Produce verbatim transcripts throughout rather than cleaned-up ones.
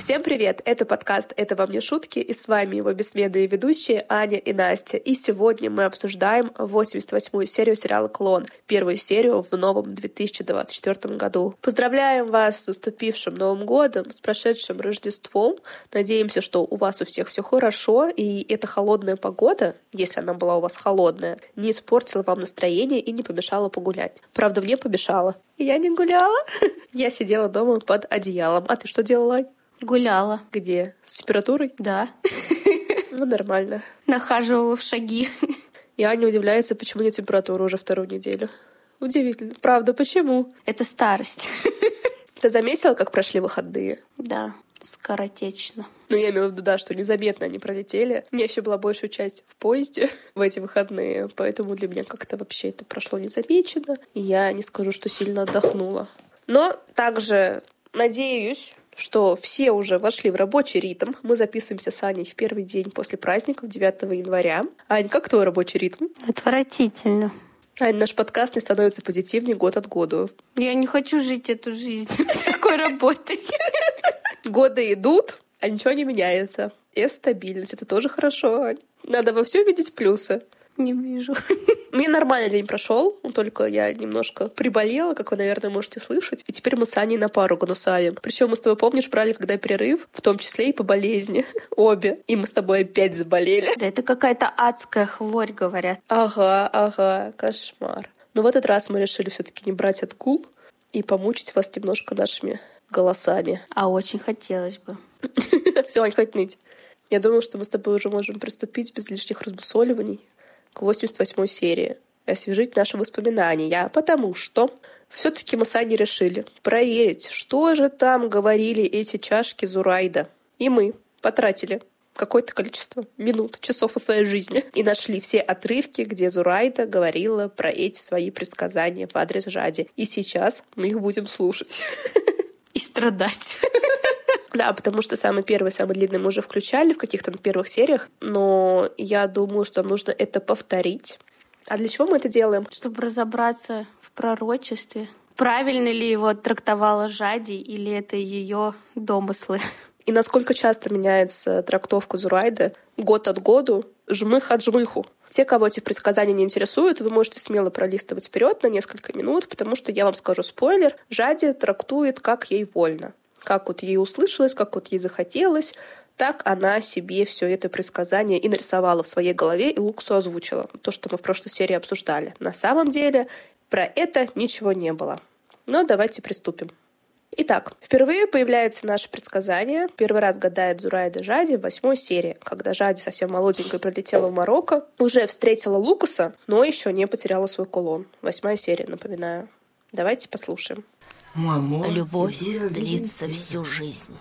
Всем привет! Это подкаст «Это вам не шутки», и с вами его бессменные ведущие Аня и Настя. И сегодня мы обсуждаем восемьдесят восьмую серию сериала «Клон», первую серию в новом две тысячи двадцать четвёртом году. Поздравляем вас с наступившим Новым годом, с прошедшим Рождеством. Надеемся, что у вас у всех все хорошо, и эта холодная погода, если она была у вас холодная, не испортила вам настроение и не помешала погулять. Правда, мне помешала. Я не гуляла. Я сидела дома под одеялом. А ты что делала, Ань? Гуляла. Где? С температурой? Да. Ну, нормально. Нахаживала в шаги. И Аня удивляется, почему нет температуры уже вторую неделю. Удивительно. Правда, почему? Это старость. Ты заметила, как прошли выходные? Да, скоротечно. Ну, я имела в виду, да, что незаметно они пролетели. У меня еще была большая часть в поезде в эти выходные, поэтому для меня как-то вообще это прошло незамеченно. И я не скажу, что сильно отдохнула. Но также надеюсь, что все уже вошли в рабочий ритм. Мы записываемся с Аней в первый день после праздников, девятого января. Ань, как твой рабочий ритм? Отвратительно. Ань, наш подкаст не становится позитивнее год от года. Я не хочу жить эту жизнь с такой работой. Годы идут, а ничего не меняется. И стабильность. Это тоже хорошо, Ань. Надо во всем видеть плюсы. Не вижу. Мне нормальный день прошел, только я немножко приболела, как вы, наверное, можете слышать. И теперь мы с Аней на пару гнусаем. Причем мы с тобой, помнишь, брали когда перерыв, в том числе и по болезни. Обе. И мы с тобой опять заболели. Да это какая-то адская хворь, говорят. Ага, ага, кошмар. Но в этот раз мы решили все-таки не брать отгул и помучить вас немножко нашими голосами. А очень хотелось бы. Все, Ань, хватит ныть. Я думаю, что мы с тобой уже можем приступить без лишних разбусоливаний к восемьдесят восьмой серии и освежить наши воспоминания, потому что все-таки мы с Аней решили проверить, что же там говорили эти чашки Зурайда. И мы потратили какое-то количество минут, часов из своей жизни и нашли все отрывки, где Зурайда говорила про эти свои предсказания в адрес Жади. И сейчас мы их будем слушать. И страдать. Да, потому что самый первый, самый длинный мы уже включали в каких-то первых сериях, но я думаю, что нам нужно это повторить. А для чего мы это делаем? Чтобы разобраться в пророчестве. Правильно ли его трактовала Жади, или это ее домыслы? И насколько часто меняется трактовка Зурайды год от году, жмых от жмыху. Те, кого эти предсказания не интересуют, вы можете смело пролистывать вперед на несколько минут, потому что я вам скажу спойлер, Жади трактует, как ей вольно. Как вот ей услышалось, как вот ей захотелось, так она себе все это предсказание и нарисовала в своей голове и Луксу озвучила. То, что мы в прошлой серии обсуждали. На самом деле про это ничего не было. Но давайте приступим. Итак, впервые появляется наше предсказание. Первый раз гадает Зурайда Жади в восьмой серии, когда Жади совсем молоденькая прилетела в Марокко, уже встретила Лукаса, но еще не потеряла свой кулон. Восьмая серия, напоминаю. Давайте послушаем. Любовь длится всю жизнь.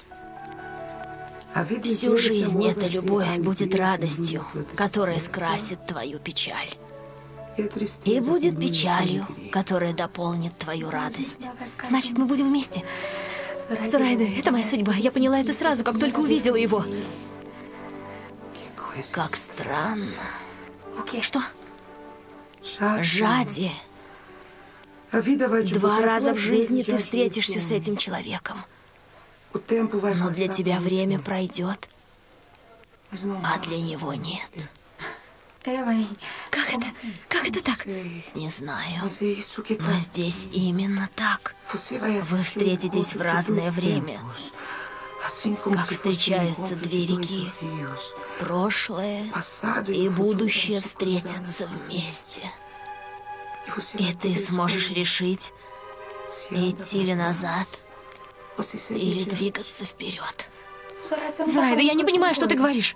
Всю жизнь эта любовь будет радостью, которая скрасит твою печаль. И будет печалью, которая дополнит твою радость. Значит, мы будем вместе. Зурайда, это моя судьба. Я поняла это сразу, как только увидела его. Как странно. Что? Жади. Два раза в жизни ты встретишься с этим человеком. Но для тебя время пройдет, а для него нет. Как это? Как это так? Не знаю, но здесь именно так. Вы встретитесь в разное время, как встречаются две реки. Прошлое и будущее встретятся вместе. И ты сможешь решить, идти ли назад, или двигаться вперед. Зурайда, я не понимаю, что ты говоришь.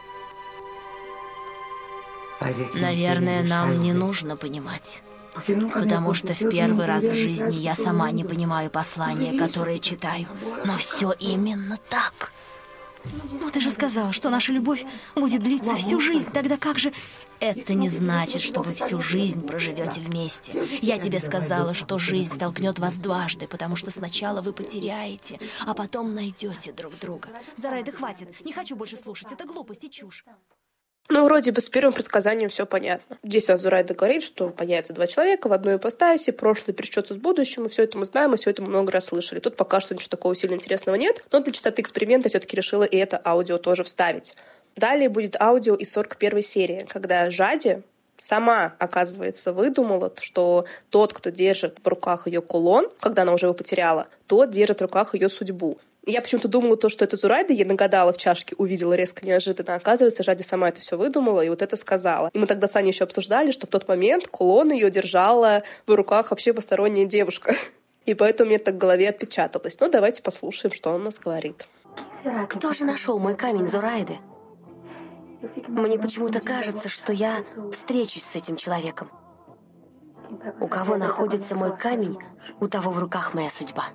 Наверное, нам не нужно понимать. Потому что в первый раз в жизни я сама не понимаю послания, которые читаю. Но все именно так. Ну ты же сказал, что наша любовь будет длиться всю жизнь. Тогда как же... Это не значит, что вы всю жизнь проживете вместе. Я тебе сказала, что жизнь столкнет вас дважды, потому что сначала вы потеряете, а потом найдете друг друга. Зурайда, хватит. Не хочу больше слушать. Это глупость и чушь. Ну, вроде бы с первым предсказанием все понятно. Здесь Зурайда говорит, что появятся два человека в одной ипостаси, прошлое пересечется с будущим, и все это мы знаем, и все это мы много раз слышали. Тут пока что ничего такого сильно интересного нет, но для чистоты эксперимента все-таки решила и это аудио тоже вставить. Далее будет аудио из сорок первой серии, когда Жади сама, оказывается, выдумала, что тот, кто держит в руках ее кулон, когда она уже его потеряла, тот держит в руках ее судьбу. Я почему-то думала, то, что это Зурайда ей нагадала в чашке, увидела резко неожиданно. Оказывается, Жади сама это все выдумала и вот это сказала. И мы тогда с Аней еще обсуждали, что в тот момент кулон ее держала в руках вообще посторонняя девушка. И поэтому мне так в голове отпечаталось. Ну, давайте послушаем, что он у нас говорит. Кто же нашел мой камень Зурайды? Мне почему-то кажется, что я встречусь с этим человеком. У кого находится мой камень, у того в руках моя судьба.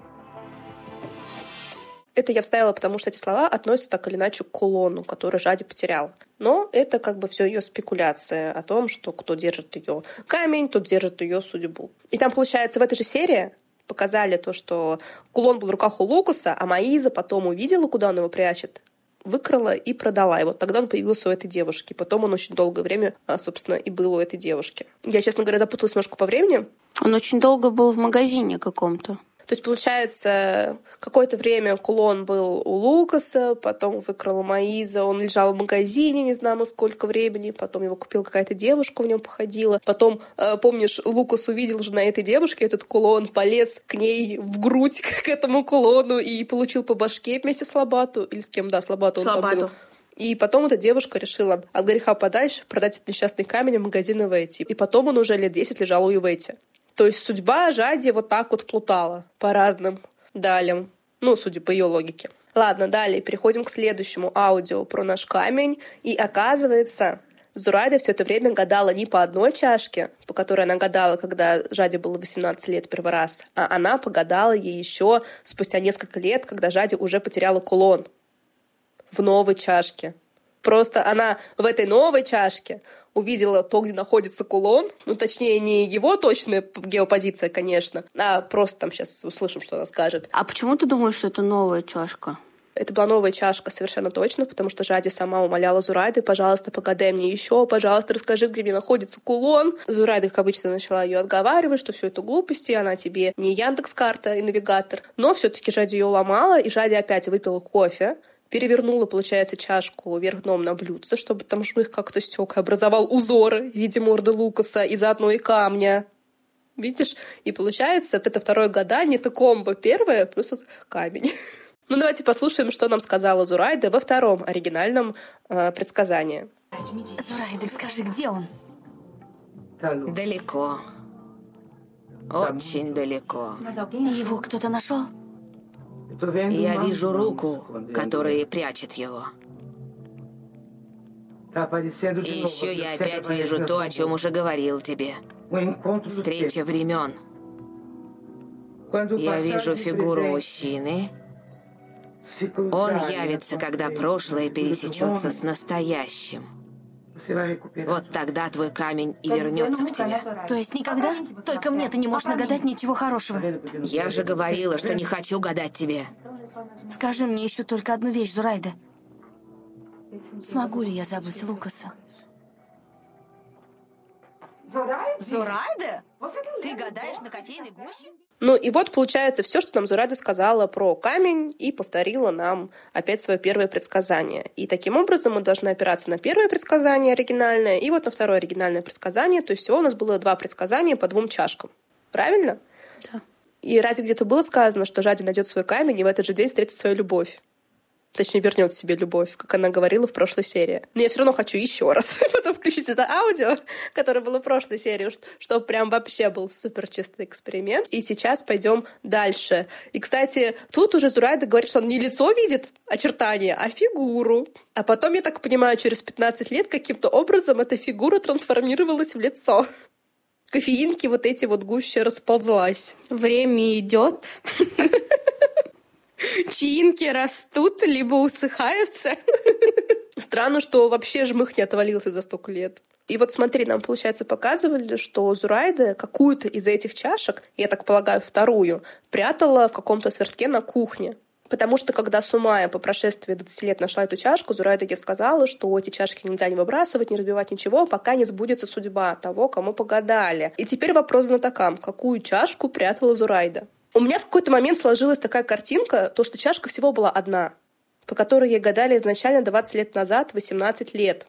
Это я вставила, потому что эти слова относятся так или иначе к кулону, который Жади потеряла. Но это как бы все ее спекуляция о том, что кто держит ее камень, тот держит ее судьбу. И там, получается, в этой же серии показали то, что кулон был в руках у Лукаса, а Маиза потом увидела, куда он его прячет, выкрала и продала. И вот тогда он появился у этой девушки. Потом он очень долгое время, собственно, и был у этой девушки. Я, честно говоря, запуталась немножко по времени. Он очень долго был в магазине каком-то. То есть, получается, какое-то время кулон был у Лукаса, потом выкрала Маиза, он лежал в магазине, не знаю сколько времени, потом его купила какая-то девушка, в нем походила. Потом, помнишь, Лукас увидел же на этой девушке этот кулон, полез к ней в грудь, к этому кулону, и получил по башке вместе с Лабату. Или с кем, да, с Лабату он там был. И потом эта девушка решила от греха подальше продать этот несчастный камень в магазин Ивети. И потом он уже лет десять лежал у Ивети. То есть судьба Жади вот так вот плутала по разным далям. Ну, судя по ее логике. Ладно, далее переходим к следующему аудио про наш камень. И оказывается, Зурайда все это время гадала не по одной чашке, по которой она гадала, когда Жади было восемнадцать лет первый раз, а она погадала ей еще спустя несколько лет, когда Жади уже потеряла кулон в новой чашке. Просто она в этой новой чашке увидела то, где находится кулон, ну, точнее, не его точная геопозиция, конечно, а просто там сейчас услышим, что она скажет. А почему ты думаешь, что это новая чашка? Это была новая чашка совершенно точно, потому что Жади сама умоляла Зурайды: пожалуйста, погадай мне еще, пожалуйста, расскажи, где мне находится кулон. Зурайда, как обычно, начала ее отговаривать, что все это глупости, она тебе не Яндекс.Карта и навигатор. Но все-таки Жади ее ломала, и Жади опять выпила кофе, перевернула, получается, чашку вверх дном на блюдце, чтобы там жмых как-то стек, образовал узоры в виде морды Лукаса и заодно и камня. Видишь? И получается, это второе гадание, это комбо первое, плюс вот камень. Ну, давайте послушаем, что нам сказала Зурайда во втором оригинальном э, предсказании. Зурайда, скажи, где он? Далеко. Очень далеко. Его кто-то нашел? Я вижу руку, которая прячет его. И еще я опять вижу то, о чем уже говорил тебе. Встреча времен. Я вижу фигуру мужчины. Он явится, когда прошлое пересечется с настоящим. Вот тогда твой камень и вернется к тебе. То есть никогда? Только мне ты не можешь нагадать ничего хорошего. Я же говорила, что не хочу гадать тебе. Скажи мне еще только одну вещь, Зурайда. Смогу ли я забыть Лукаса? Зурайда? Ты гадаешь на кофейной гуще? Ну и вот получается все, что нам Зурайда сказала про камень, и повторила нам опять свое первое предсказание. И таким образом мы должны опираться на первое предсказание оригинальное и вот на второе оригинальное предсказание. То есть всего у нас было два предсказания по двум чашкам. Правильно? Да. И разве где-то было сказано, что Жади найдет свой камень и в этот же день встретит свою любовь? Точнее, вернет себе любовь, как она говорила в прошлой серии. Но я все равно хочу еще раз потом включить это аудио, которое было в прошлой серии, чтобы прям вообще был супер чистый эксперимент. И сейчас пойдем дальше. И, кстати, тут уже Зурайда говорит, что он не лицо видит, очертания, а фигуру. А потом, я так понимаю, через пятнадцать лет каким-то образом эта фигура трансформировалась в лицо. Кофеинки вот эти вот гуще расползлась. Время идет. Чаинки растут, либо усыхаются. Странно, что вообще жмых не отвалился за столько лет. И вот смотри, нам, получается, показывали, что Зурайда какую-то из этих чашек, я так полагаю, вторую, прятала в каком-то свертке на кухне. Потому что когда Сумая по прошествии двадцати лет нашла эту чашку, Зурайда ей сказала, что эти чашки нельзя не выбрасывать, не разбивать ничего, пока не сбудется судьба того, кому погадали. И теперь вопрос знатокам. Какую чашку прятала Зурайда? У меня в какой-то момент сложилась такая картинка, то, что чашка всего была одна, по которой ей гадали изначально двадцать лет назад, восемнадцать лет.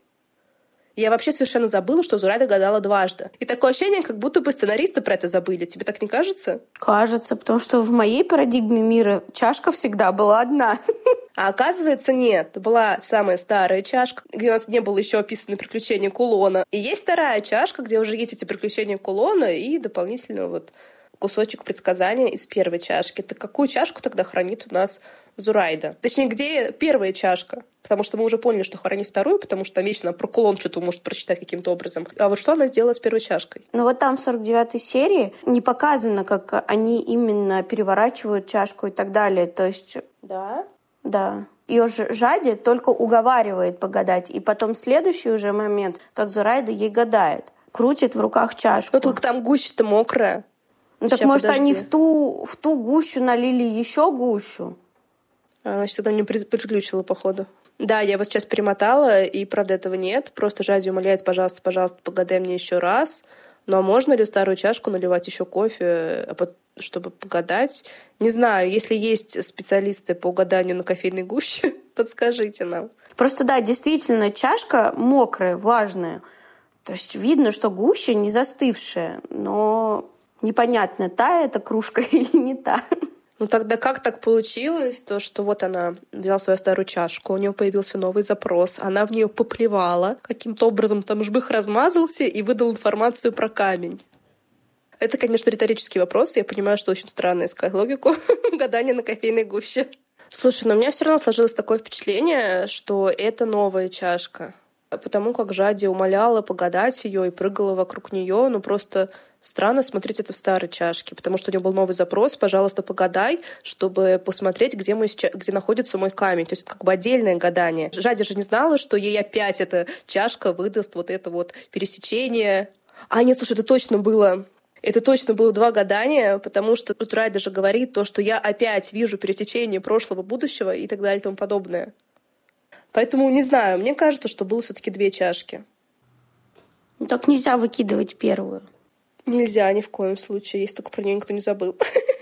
Я вообще совершенно забыла, что Зурайда гадала дважды. И такое ощущение, как будто бы сценаристы про это забыли. Тебе так не кажется? Кажется, потому что в моей парадигме мира чашка всегда была одна. А оказывается, нет. Была самая старая чашка, где у нас не было еще описано приключения Кулона. И есть вторая чашка, где уже есть эти приключения Кулона и дополнительно вот кусочек предсказания из первой чашки. Так какую чашку тогда хранит у нас Зурайда? Точнее, где первая чашка? Потому что мы уже поняли, что хранит вторую, потому что там вечно про кулон что-то может прочитать каким-то образом. А вот что она сделала с первой чашкой? Ну вот там в сорок девятой серии не показано, как они именно переворачивают чашку и так далее. То есть... Да? Да. Ее же Жади только уговаривает погадать. И потом следующий уже момент, как Зурайда ей гадает. Крутит в руках чашку. Ну только там гуща-то мокрая. Ну так, может, подожди. Они в ту, в ту гущу налили еще гущу? А, значит, тогда мне приключила, походу. Да, я вот сейчас перемотала, и, правда, этого нет. Просто Жади умоляет, пожалуйста, пожалуйста, погадай мне еще раз. Ну, а можно ли в старую чашку наливать еще кофе, чтобы погадать? Не знаю, если есть специалисты по гаданию на кофейной гуще, подскажите нам. Просто, да, действительно, чашка мокрая, влажная. То есть видно, что гуща не застывшая, но непонятно, та это кружка или не та. Ну тогда как так получилось, то, что вот она взяла свою старую чашку, у нее появился новый запрос, она в нее поплевала, каким-то образом там жбых размазался и выдал информацию про камень. Это, конечно, риторический вопрос, я понимаю, что очень странно искать логику гадания на кофейной гуще. Слушай, но у меня все равно сложилось такое впечатление, что это новая чашка. Потому как Жади умоляла погадать ее и прыгала вокруг нее, ну просто странно смотреть это в старой чашке, потому что у нее был новый запрос, пожалуйста, погадай, чтобы посмотреть, где, мой, где находится мой камень. То есть это как бы отдельное гадание. Жади же не знала, что ей опять эта чашка выдаст вот это вот пересечение. А нет, слушай, это точно было... Это точно было два гадания, потому что Зурайда даже говорит то, что я опять вижу пересечение прошлого, будущего и так далее и тому подобное. Поэтому не знаю, мне кажется, что было все-таки две чашки. Ну, так нельзя выкидывать первую. Нельзя ни в коем случае, если только про нее никто не забыл.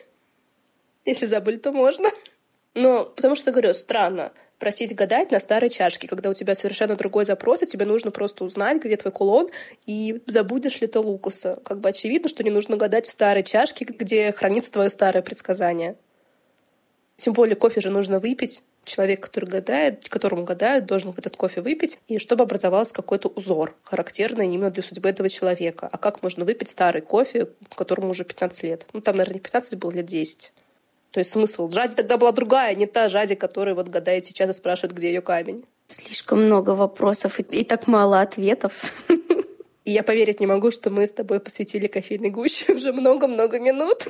Если забыли, то можно. Но потому что, говорю, странно просить гадать на старой чашке, когда у тебя совершенно другой запрос, и тебе нужно просто узнать, где твой кулон, и забудешь ли ты Лукаса. Как бы очевидно, что не нужно гадать в старой чашке, где хранится твое старое предсказание. Тем более кофе же нужно выпить. Человек, который гадает, которому гадают, должен этот кофе выпить, и чтобы образовался какой-то узор, характерный именно для судьбы этого человека. А как можно выпить старый кофе, которому уже пятнадцать лет? Ну, там, наверное, не пятнадцать было, лет десять. То есть смысл. Жади тогда была другая, не та Жади, которая вот гадает сейчас и спрашивает, где ее камень. Слишком много вопросов и, и так мало ответов. И я поверить не могу, что мы с тобой посвятили кофейной гуще уже много-много минут.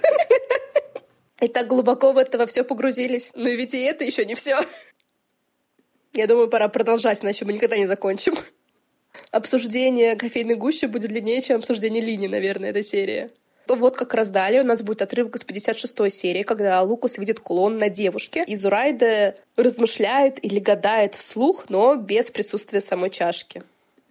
И так глубоко в это во все погрузились. Но ведь и это еще не все. Я думаю, пора продолжать, иначе мы никогда не закончим. Обсуждение кофейной гущи будет длиннее, чем обсуждение линии, наверное, эта серия. Вот как раз далее у нас будет отрывок из пятьдесят шестой серии, когда Лукас видит кулон на девушке, и Зурайда размышляет или гадает вслух, но без присутствия самой чашки.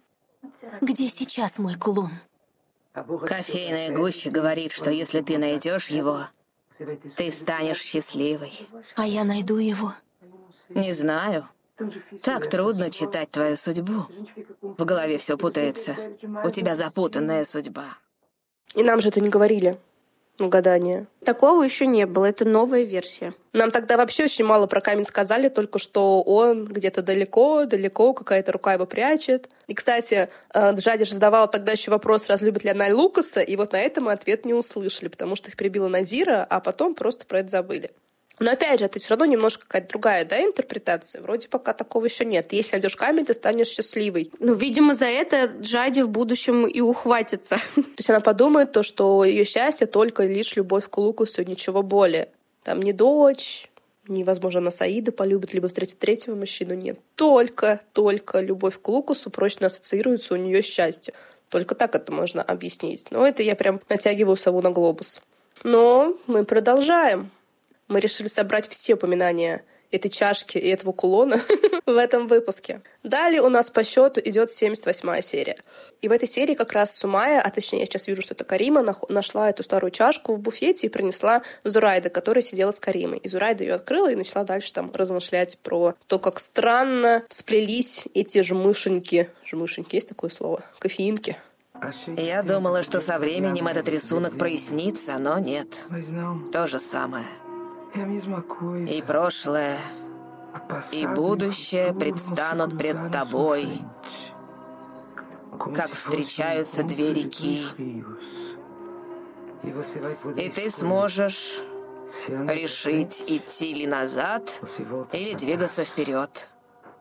Где сейчас мой кулон? Кофейная гуща говорит, что если ты найдешь его, ты станешь счастливой. А я найду его? Не знаю. Так трудно читать твою судьбу. В голове все путается. У тебя запутанная судьба. И нам же это не говорили в гадании. Такого еще не было. Это новая версия. Нам тогда вообще очень мало про камень сказали, только что он где-то далеко, далеко, какая-то рука его прячет. И, кстати, Жади же задавала тогда еще вопрос, разлюбит ли она Лукаса, и вот на это мы ответ не услышали, потому что их прибила Назира, а потом просто про это забыли. Но опять же, это все равно немножко какая-то другая, да, интерпретация. Вроде пока такого еще нет. Если найдешь камень, ты станешь счастливой. Ну, видимо, за это Жади в будущем и ухватится. То есть она подумает то, что ее счастье только лишь любовь к Лукасу, ничего более. Там ни дочь, ни, возможно, она Саида полюбит, либо встретит третьего мужчину. Нет. Только, только любовь к Лукасу прочно ассоциируется у нее счастье. Только так это можно объяснить. Но это я прям натягиваю сову на глобус. Но мы продолжаем. Мы решили собрать все упоминания этой чашки и этого кулона в этом выпуске. Далее у нас по счету идет семьдесят восьмая серия. И в этой серии как раз Сумая, а точнее я сейчас вижу, что это Карима, нашла эту старую чашку в буфете и принесла Зурайде, которая сидела с Каримой. И Зурайда ее открыла и начала дальше там размышлять про то, как странно сплелись эти жмышеньки. Жмышеньки, есть такое слово? Кофеинки. Я думала, что со временем этот рисунок прояснится, но нет. То же самое. И прошлое, и будущее предстанут пред тобой, как встречаются две реки. И ты сможешь решить, идти ли назад, или двигаться вперед.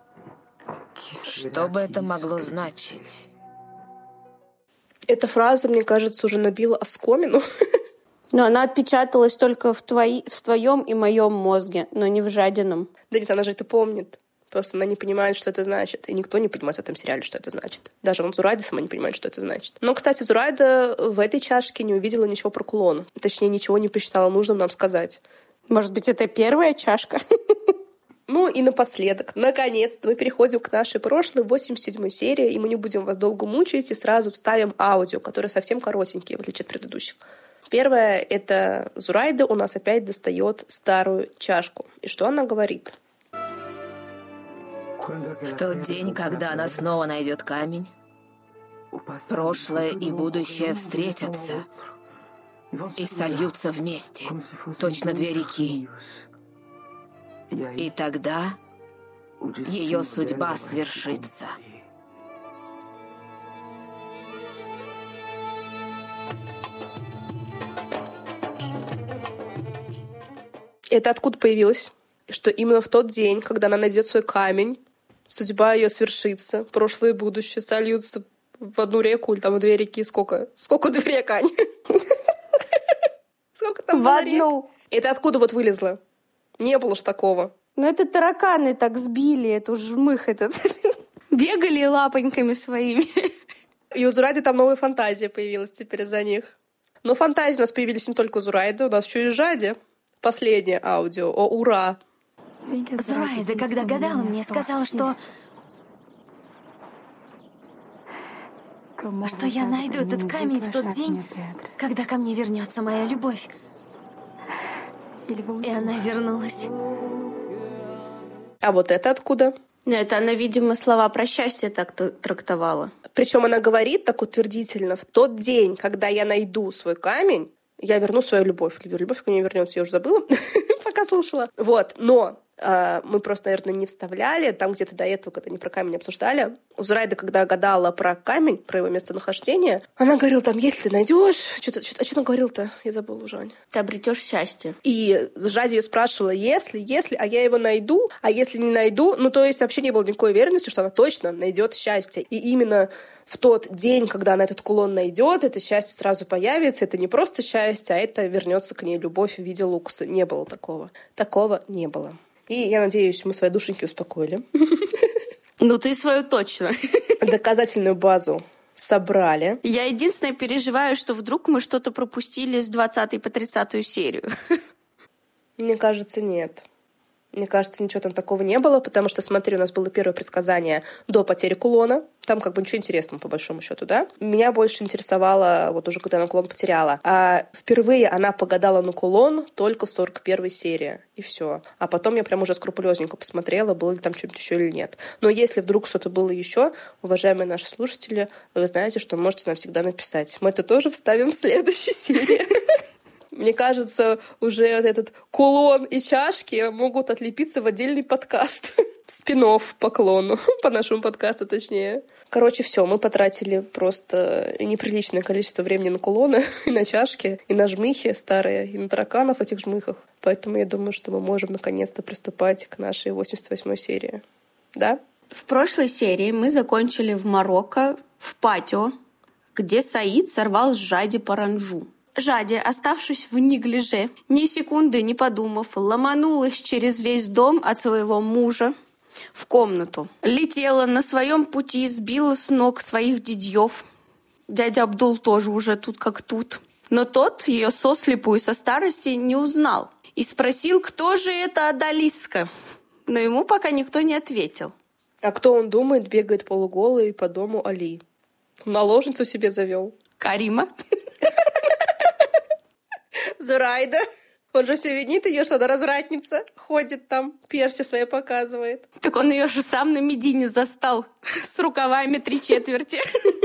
Что бы это могло значить? Эта фраза, мне кажется, уже набила оскомину. Но она отпечаталась только в, твои, в твоем и моем мозге, но не в Жадином. Да нет, она же это помнит. Просто она не понимает, что это значит. И никто не понимает в этом сериале, что это значит. Даже он Зурайда сама не понимает, что это значит. Но, кстати, Зурайда в этой чашке не увидела ничего про кулон. Точнее, ничего не посчитала нужным нам сказать. Может быть, это первая чашка? Ну и напоследок, наконец-то, мы переходим к нашей прошлой, восемьдесят седьмой серии, и мы не будем вас долго мучить, и сразу вставим аудио, которое совсем коротенькие, в отличие от предыдущих. Первое — это Зурайда у нас опять достает старую чашку. И что она говорит? В тот день, когда она снова найдет камень, прошлое и будущее встретятся и сольются вместе, точно две реки. И тогда ее судьба свершится. Это откуда появилось? Что именно в тот день, когда она найдет свой камень, судьба ее свершится, прошлое и будущее сольются в одну реку или там в две реки. Сколько? Сколько две рек, Ань? Сколько там в одну. Это откуда вот вылезло? Не было ж такого. Ну это тараканы так сбили эту жмых этот. Бегали лапоньками своими. И у Зурайды там новая фантазия появилась теперь из-за них. Но фантазии у нас появились не только у Зурайды, у нас еще и Жади. Последнее аудио. О, ура! Зурайда, когда гадала мне, сказала, что... Что я найду этот камень в тот день, когда ко мне вернется моя любовь. И она вернулась. А вот это откуда? Ну, это она, видимо, слова про счастье так трактовала. Причем она говорит так утвердительно: в тот день, когда я найду свой камень, я верну свою любовь. Любовь ко мне вернется, я уже забыла, пока слушала. Вот, но э, мы просто, наверное, не вставляли, там где-то до этого, когда не про камень обсуждали. Зурайда, когда гадала про камень, про его местонахождение, она говорила там: если ты найдешь, что-то, что-то, а что она говорила-то? Я забыла уже, Аня. Ты обретешь счастье. И Жади ее спрашивала: если, если, а я его найду, а если не найду, ну то есть вообще не было никакой уверенности, что она точно найдет счастье. И именно в тот день, когда она этот кулон найдет, это счастье сразу появится. Это не просто счастье, а это вернется к ней любовь в виде Лукаса. Не было такого. Такого не было. И я надеюсь, мы свои душеньки успокоили. Ну ты свою точно. Доказательную базу собрали. Я единственное переживаю, что вдруг мы что-то пропустили с двадцатой по тридцатую серию. Мне кажется, нет. Мне кажется, ничего там такого не было, потому что, смотри, у нас было первое предсказание до потери кулона. Там как бы ничего интересного, по большому счету, да? Меня больше интересовало, вот уже когда она кулон потеряла. А впервые она погадала на кулон только в сорок первой серии. И все. А потом я прям уже скрупулезненько посмотрела, было ли там что-нибудь еще или нет. Но если вдруг что-то было еще, уважаемые наши слушатели, вы знаете, что можете нам всегда написать. Мы это тоже вставим в следующей серии. Мне кажется, уже вот этот кулон и чашки могут отлепиться в отдельный подкаст. Спин-офф по клону, по нашему подкасту точнее. Короче, все, мы потратили просто неприличное количество времени на кулоны, и на чашки, и на жмыхи старые, и на тараканов в этих жмыхах. Поэтому я думаю, что мы можем наконец-то приступать к нашей восемьдесят восьмой серии. Да? В прошлой серии мы закончили в Марокко, в патио, где Саид сорвал с Жади паранджу. Жади, оставшись в неглиже, ни секунды не подумав, ломанулась через весь дом от своего мужа в комнату. Летела на своем пути, сбила с ног своих дядьев. Дядя Абдул тоже уже тут как тут. Но тот ее сослепу и со старости не узнал. и спросил, кто же это Одалиска. Но ему пока никто не ответил. А кто он думает, бегает полуголый по дому Али? Наложницу себе завел. Карима. Зурайда. Он же все винит ее, что она развратница. Ходит там, перси свои показывает. Так он ее же сам на Медине застал с рукавами три четверти.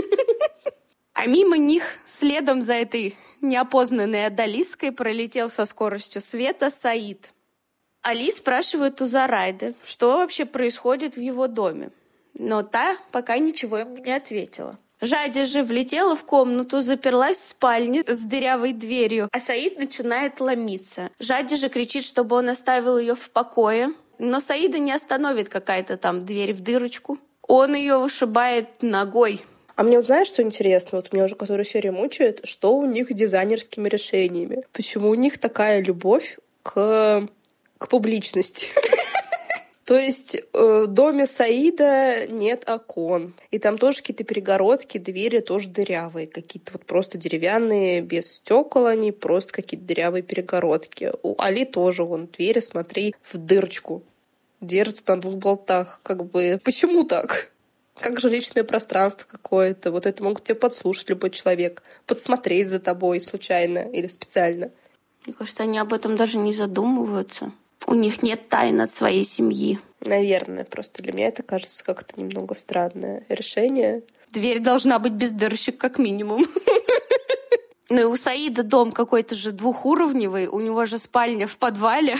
А мимо них, следом за этой неопознанной Одалиской, пролетел со скоростью света Саид. Али спрашивает у Зурайды, что вообще происходит в его доме. Но та пока ничего ему не ответила. Жадя же влетела в комнату, заперлась в спальне с дырявой дверью, а Саид начинает ломиться. Жадя же кричит, чтобы он оставил ее в покое, но Саида не остановит какая-то там дверь в дырочку. Он ее вышибает ногой. А мне вот знаешь, что интересно? Вот меня уже которую серию мучает, что у них с дизайнерскими решениями. Почему у них такая любовь к, к публичности? То есть в доме Саида нет окон. И там тоже какие-то перегородки, двери тоже дырявые. Какие-то вот просто деревянные, без стекол они, просто какие-то дырявые перегородки. У Али тоже вон двери, смотри, в дырочку. Держатся на двух болтах. Как бы почему так? Как же личное пространство какое-то. Вот это могут тебе подслушать любой человек. Подсмотреть за тобой случайно или специально. Мне кажется, они об этом даже не задумываются. У них нет тайн от своей семьи. Наверное. Просто для меня это кажется как-то немного странное решение. Дверь должна быть без дырочек, как минимум. Ну и у Саида дом какой-то же двухуровневый. У него же спальня в подвале.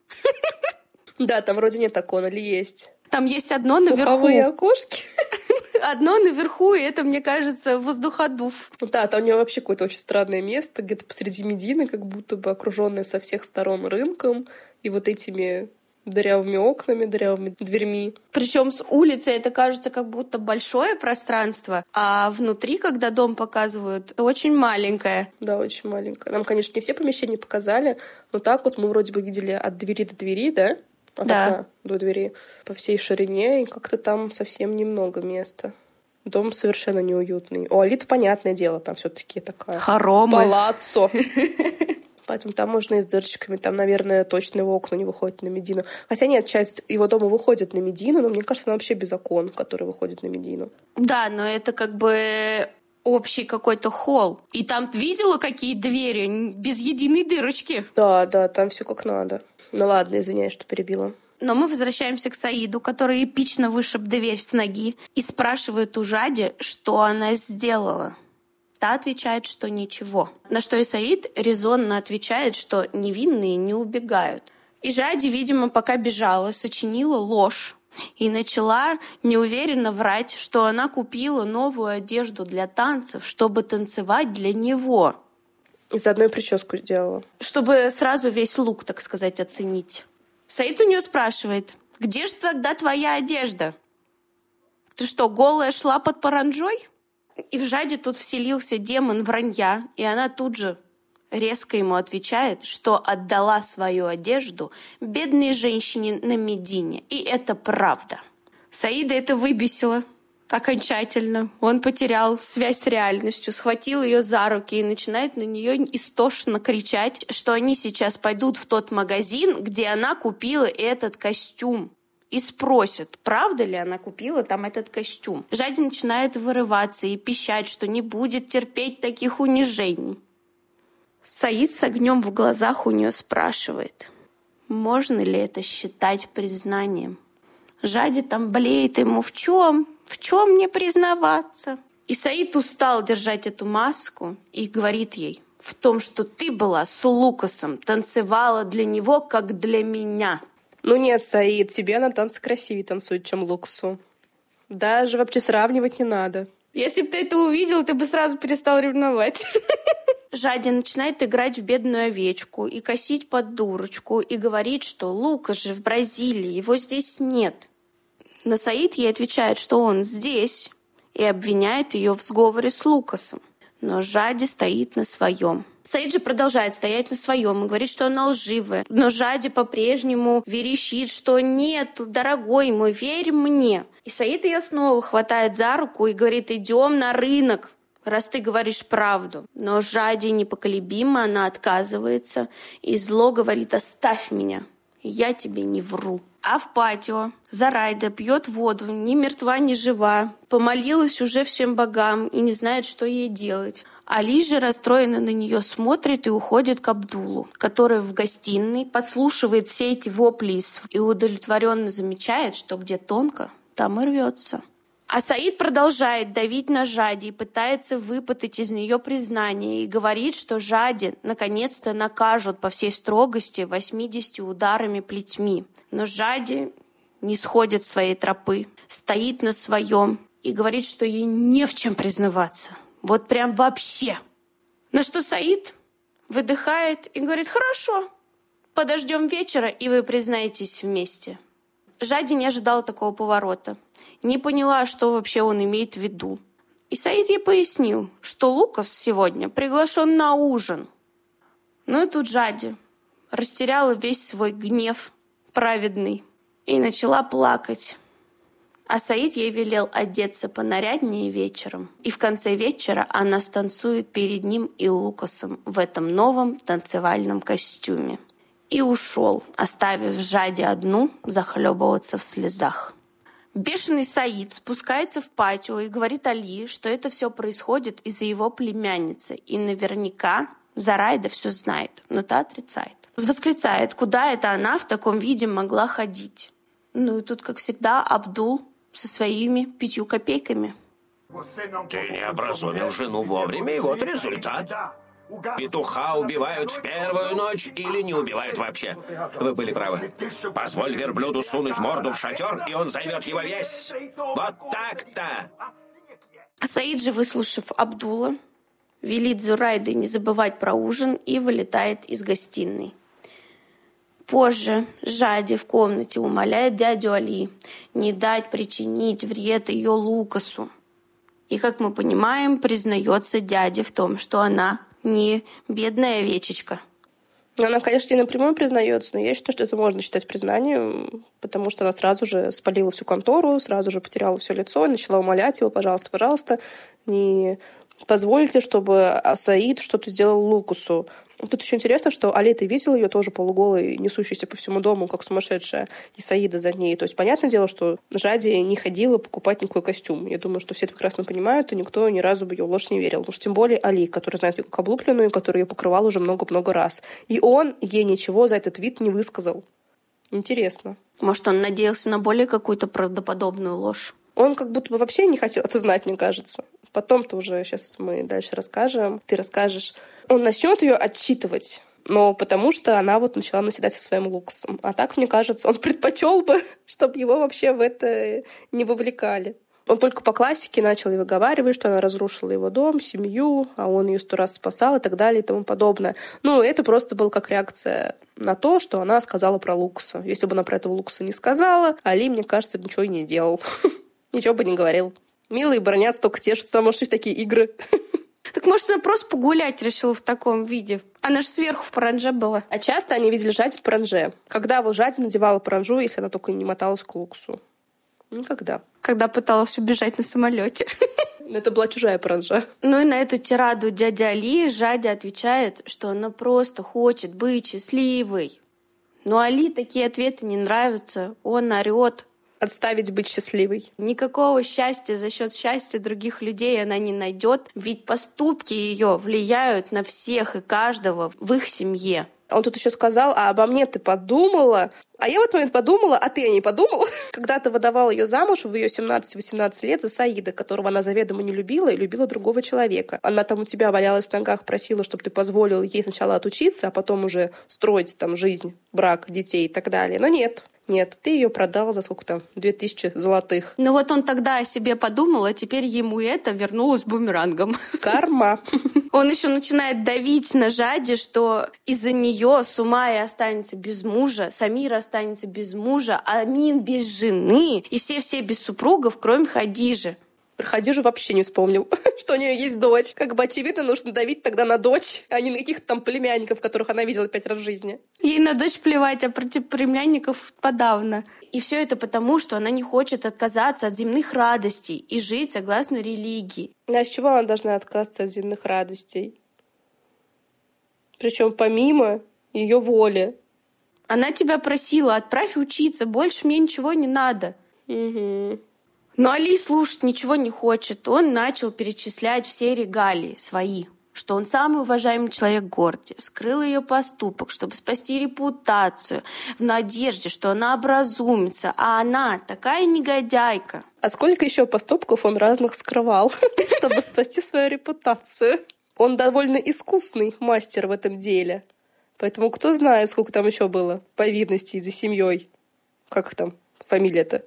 Да, там вроде нет окон, или есть? Там есть одно наверху. Слуховые окошки. Одно наверху, и это, мне кажется, воздуходув. Ну да, там у него вообще какое-то очень странное место, где-то посреди Медины, как будто бы окружённое со всех сторон рынком и вот этими дырявыми окнами, дырявыми дверьми. Причем с улицы это кажется как будто большое пространство, а внутри, когда дом показывают, это очень маленькое. Да, очень маленькое. Нам, конечно, не все помещения показали, но так вот мы вроде бы видели от двери до двери, да? От да. окна до двери по всей ширине, и как-то там совсем немного места. Дом совершенно неуютный. У Али-то, понятное дело, там все-таки такая... Хоромы. Палаццо. Поэтому там можно и с дырочками. Там, наверное, точно его окна не выходят на Медину. Хотя нет, часть его дома выходит на Медину, но мне кажется, она вообще без окон, который выходит на Медину. Да, но это как бы общий какой-то холл. И там видела, какие двери? Без единой дырочки. Да, да, там все как надо. Ну ладно, извиняюсь, что перебила. Но мы возвращаемся к Саиду, который эпично вышиб дверь с ноги и спрашивает у Жади, что она сделала. Та отвечает, что ничего. На что и Саид резонно отвечает, что невинные не убегают. И Жади, видимо, пока бежала, сочинила ложь и начала неуверенно врать, что она купила новую одежду для танцев, чтобы танцевать для него. И заодно и прическу сделала. Чтобы сразу весь лук, так сказать, оценить. Саид у нее спрашивает, где же тогда твоя одежда? Ты что, голая шла под паранджой? И в Жаде тут вселился демон вранья, и она тут же резко ему отвечает, что отдала свою одежду бедной женщине на Медине. И это правда. Саида это выбесило. Окончательно. Он потерял связь с реальностью, схватил ее за руки и начинает на нее истошно кричать, что они сейчас пойдут в тот магазин, где она купила этот костюм. И спросят, правда ли она купила там этот костюм. Жади начинает вырываться и пищать, что не будет терпеть таких унижений. Саид с огнем в глазах у нее спрашивает, можно ли это считать признанием. Жади там блеет ему, в чем? В чем мне признаваться? И Саид устал держать эту маску и говорит ей, в том, что ты была с Лукасом, танцевала для него, как для меня. Ну нет, Саид, тебе на танцы красивее танцует, чем Лукасу. Даже вообще сравнивать не надо. Если бы ты это увидел, ты бы сразу перестал ревновать. Жади начинает играть в бедную овечку и косить под дурочку и говорит, что Лукас же в Бразилии, его здесь нет. Но Саид ей отвечает, что он здесь, и обвиняет ее в сговоре с Лукасом. Но Жади стоит на своем. Саид же продолжает стоять на своем и говорит, что она лживая. Но Жади по-прежнему верещит, что нет, дорогой мой, верь мне. И Саид ее снова хватает за руку и говорит, идем на рынок. раз ты говоришь правду. Но Жади непоколебимо, она отказывается и зло говорит: оставь меня, я тебе не вру. А в патио Зорайда пьет воду, ни мертва, ни жива, помолилась уже всем богам и не знает, что ей делать. Али же расстроенно на нее смотрит и уходит к Абдулу, который в гостиной подслушивает все эти вопли и удовлетворенно замечает, что где тонко, там и рвется. А Саид продолжает давить на Жади и пытается выпытать из нее признание и говорит, что Жади наконец-то накажут по всей строгости восьмидесятью ударами плетьми. Но Жади не сходит с своей тропы, стоит на своем и говорит, что ей не в чем признаваться. Вот прям вообще. На что Саид выдыхает и говорит: хорошо, подождем вечера, и вы признаетесь вместе. Жади не ожидала такого поворота. Не поняла, что вообще он имеет в виду. И Саид ей пояснил, что Лукас сегодня приглашен на ужин. Ну и тут Жади растеряла весь свой гнев праведный и начала плакать. А Саид ей велел одеться понаряднее вечером. И в конце вечера она станцует перед ним и Лукасом в этом новом танцевальном костюме. И ушел, оставив Жади одну захлебываться в слезах. Бешеный Саид спускается в патио и говорит Али, что это все происходит из-за его племянницы. И наверняка Зорайда все знает, но та отрицает. Восклицает, куда это она в таком виде могла ходить. Ну и тут, как всегда, Абдул со своими пятью копейками. Ты не образумил жену вовремя, и вот результат. Петуха убивают в первую ночь или не убивают вообще. Вы были правы. Позволь верблюду сунуть морду в шатер, и он займет его весь. Вот так-то. А Саид же, выслушав Абдула, велит Зорайде не забывать про ужин и вылетает из гостиной. Позже Жади в комнате умоляет дядю Али не дать причинить вред ее Лукасу. И, как мы понимаем, признается дяде в том, что она не бедная овечечка. Она, конечно, не напрямую признается, но я считаю, что это можно считать признанием, потому что она сразу же спалила всю контору, сразу же потеряла все лицо и начала умолять его: пожалуйста, пожалуйста, не позвольте, чтобы Саид что-то сделал Лукасу. Тут еще интересно, что Али-то видел ее тоже полуголой, несущейся по всему дому, как сумасшедшая, и Саида за ней. То есть, понятное дело, что Жади не ходила покупать никакой костюм. Я думаю, что все это прекрасно понимают, и никто ни разу бы ее в ложь не верил. Уж тем более Али, который знает ее как облупленную, который ее покрывал уже много-много раз. И он ей ничего за этот вид не высказал. Интересно. Может, он надеялся на более какую-то правдоподобную ложь? Он как будто бы вообще не хотел это знать, мне кажется. Потом-то уже, сейчас мы дальше расскажем, ты расскажешь. Он начнет ее отчитывать, но потому что она вот начала наседать со своим Лукасом. А так, мне кажется, он предпочел бы, чтобы его вообще в это не вовлекали. Он только по классике начал ей выговаривать, что она разрушила его дом, семью, а он ее сто раз спасал и так далее и тому подобное. Ну, это просто было как реакция на то, что она сказала про Лукаса. Если бы она про этого Лукаса не сказала, Али, мне кажется, ничего и не делал. Ничего бы не говорил. Милые бронятся, только тешатся, а может, и в такие игры. Так может, она просто погулять решила в таком виде? Она же сверху в паранже была. А часто они видели Жади в паранже. Когда вот Жади надевала паранжу, если она только не моталась к Лукасу? Никогда. Когда пыталась убежать на самолете. Это была чужая паранжа. Ну и на эту тираду дядя Али Жади отвечает, что она просто хочет быть счастливой. Но Али такие ответы не нравятся. Он орет. Отставить быть счастливой. Никакого счастья за счет счастья других людей она не найдет, ведь поступки ее влияют на всех и каждого в их семье. Он тут еще сказал: а обо мне ты подумала? А я в этот момент подумала: а ты не подумала? Когда-то выдавал ее замуж в ее семнадцать-восемнадцать лет за Саида, которого она заведомо не любила и любила другого человека. Она там у тебя валялась в ногах, просила, чтобы ты позволил ей сначала отучиться, а потом уже строить там жизнь, брак, детей и так далее. Но нет. Нет, ты ее продал за сколько там? Две тысячи золотых. Ну вот он тогда о себе подумал, а теперь ему это вернулось бумерангом. Карма. Он еще начинает давить на Жади, что из-за нее Сумайя останется без мужа, Самира останется без мужа, Амин без жены, и все-все без супругов, кроме Хадижи. Хадижу вообще не вспомнил, что у нее есть дочь. Как бы очевидно, нужно давить тогда на дочь, а не на каких-то там племянников, которых она видела пять раз в жизни. Ей на дочь плевать, а против племянников подавно. И все это потому, что она не хочет отказаться от земных радостей и жить согласно религии. А с чего она должна отказаться от земных радостей? Причем помимо ее воли. Она тебя просила, отправь учиться, больше мне ничего не надо. Угу. Но Али слушать ничего не хочет. Он начал перечислять все регалии свои, что он самый уважаемый человек в городе, скрыл ее поступок, чтобы спасти репутацию, в надежде, что она образумится, а она такая негодяйка. А сколько еще поступков он разных скрывал, чтобы спасти свою репутацию? Он довольно искусный мастер в этом деле. Поэтому кто знает, сколько там еще было повинностей за семьей. Как там фамилия-то?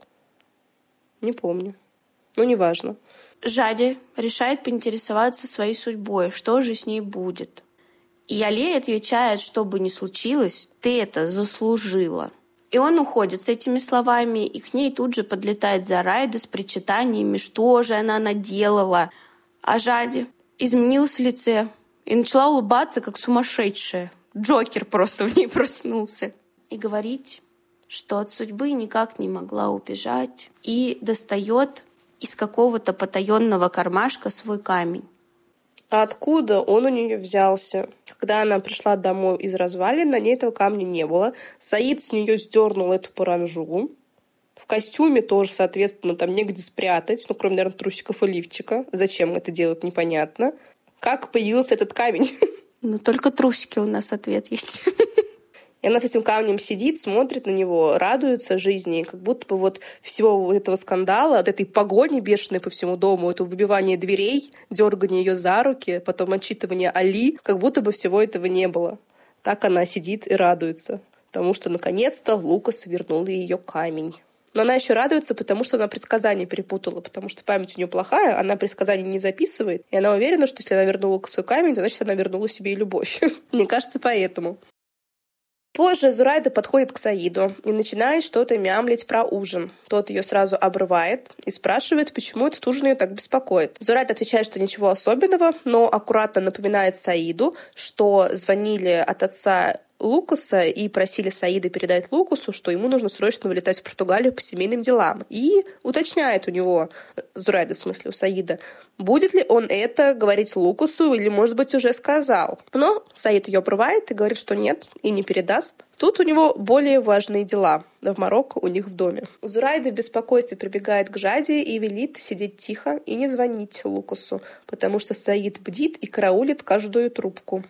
Не помню. Ну, неважно. Жади решает поинтересоваться своей судьбой, что же с ней будет. И Али отвечает, что бы ни случилось, ты это заслужила. И он уходит с этими словами, и к ней тут же подлетает Зорайда с причитаниями, что же она наделала. А Жади изменилась в лице и начала улыбаться, как сумасшедшая. Джокер просто в ней проснулся. И говорить, что от судьбы никак не могла убежать, и достает из какого-то потаенного кармашка свой камень. А откуда он у нее взялся? Когда она пришла домой из развалин, на ней этого камня не было. Саид с нее сдернул эту паранжу. В костюме тоже, соответственно, там негде спрятать, ну, кроме, наверное, трусиков и лифчика. Зачем это делать, непонятно. Как появился этот камень? Ну, только трусики у нас ответ есть. И она с этим камнем сидит, смотрит на него, радуется жизни, как будто бы вот всего этого скандала, от этой погони бешеной по всему дому, это выбивание дверей, дергание ее за руки, потом отчитывание Али, как будто бы всего этого не было. Так она сидит и радуется, потому что наконец-то Лукас вернул ее камень. Но она еще радуется, потому что она предсказания перепутала, потому что память у нее плохая, она предсказания не записывает, и она уверена, что если она вернула свой камень, то значит она вернула себе и любовь. Мне кажется, поэтому. Позже Зорайда подходит к Саиду и начинает что-то мямлить про ужин. Тот ее сразу обрывает и спрашивает, почему этот ужин ее так беспокоит. Зорайда отвечает, что ничего особенного, но аккуратно напоминает Саиду, что звонили от отца Лукаса и просили Саида передать Лукасу, что ему нужно срочно вылетать в Португалию по семейным делам. И уточняет у него, Зорайда в смысле, у Саида, будет ли он это говорить Лукасу или, может быть, уже сказал. Но Саид ее обрывает и говорит, что нет, и не передаст. Тут у него более важные дела в Марокко у них в доме. Зорайда в беспокойстве прибегает к Жаде и велит сидеть тихо и не звонить Лукасу, потому что Саид бдит и караулит каждую трубку.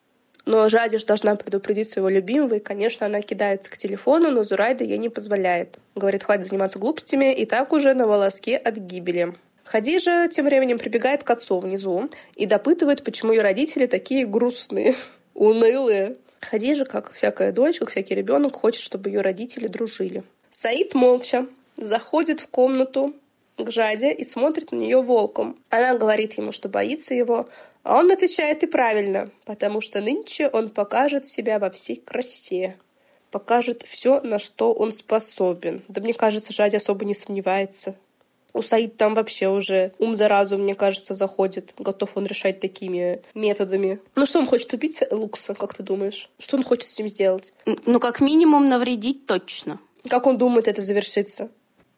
Но Жадиш должна предупредить своего любимого, и, конечно, она кидается к телефону, но Зорайда ей не позволяет. Говорит, хватит заниматься глупостями, и так уже на волоске от гибели. Хадижа тем временем прибегает к отцу внизу и допытывает, почему ее родители такие грустные, унылые. Хадижа, как всякая дочь, как всякий ребенок, хочет, чтобы ее родители дружили. Саид молча заходит в комнату к Жаде и смотрит на нее волком. Она говорит ему, что боится его, а он отвечает и правильно, потому что нынче он покажет себя во всей красе, покажет все, на что он способен. Да мне кажется, Жаде особо не сомневается. У Саида там вообще уже ум за разум, мне кажется, заходит. Готов он решать такими методами. Ну что он хочет убить Лукаса, как ты думаешь? Что он хочет с ним сделать? Ну, как минимум, навредить точно. Как он думает это завершится?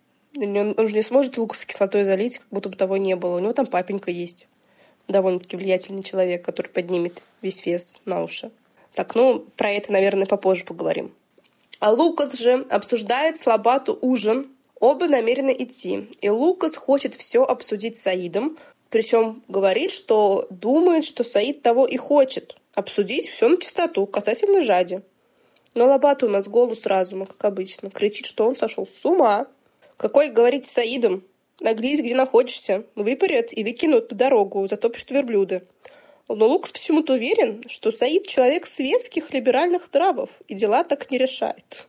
Он, он же не сможет Лукаса кислотой залить, как будто бы того не было. У него там папенька есть. Довольно-таки влиятельный человек, который поднимет весь вес на уши. Так, ну, про это, наверное, попозже поговорим. А Лукас же обсуждает с Лабату ужин. Оба намерены идти. И Лукас хочет все обсудить с Саидом. Причем говорит, что думает, что Саид того и хочет. Обсудить все на чистоту, касательно Жади. Но Лабату у нас голос разума, как обычно. Кричит, что он сошел с ума. Какой говорить с Саидом? Наглись, где находишься. Выпарят и выкинут на дорогу, затопишь верблюды. Но Лукас почему-то уверен, что Саид человек светских либеральных нравов, и дела так не решает.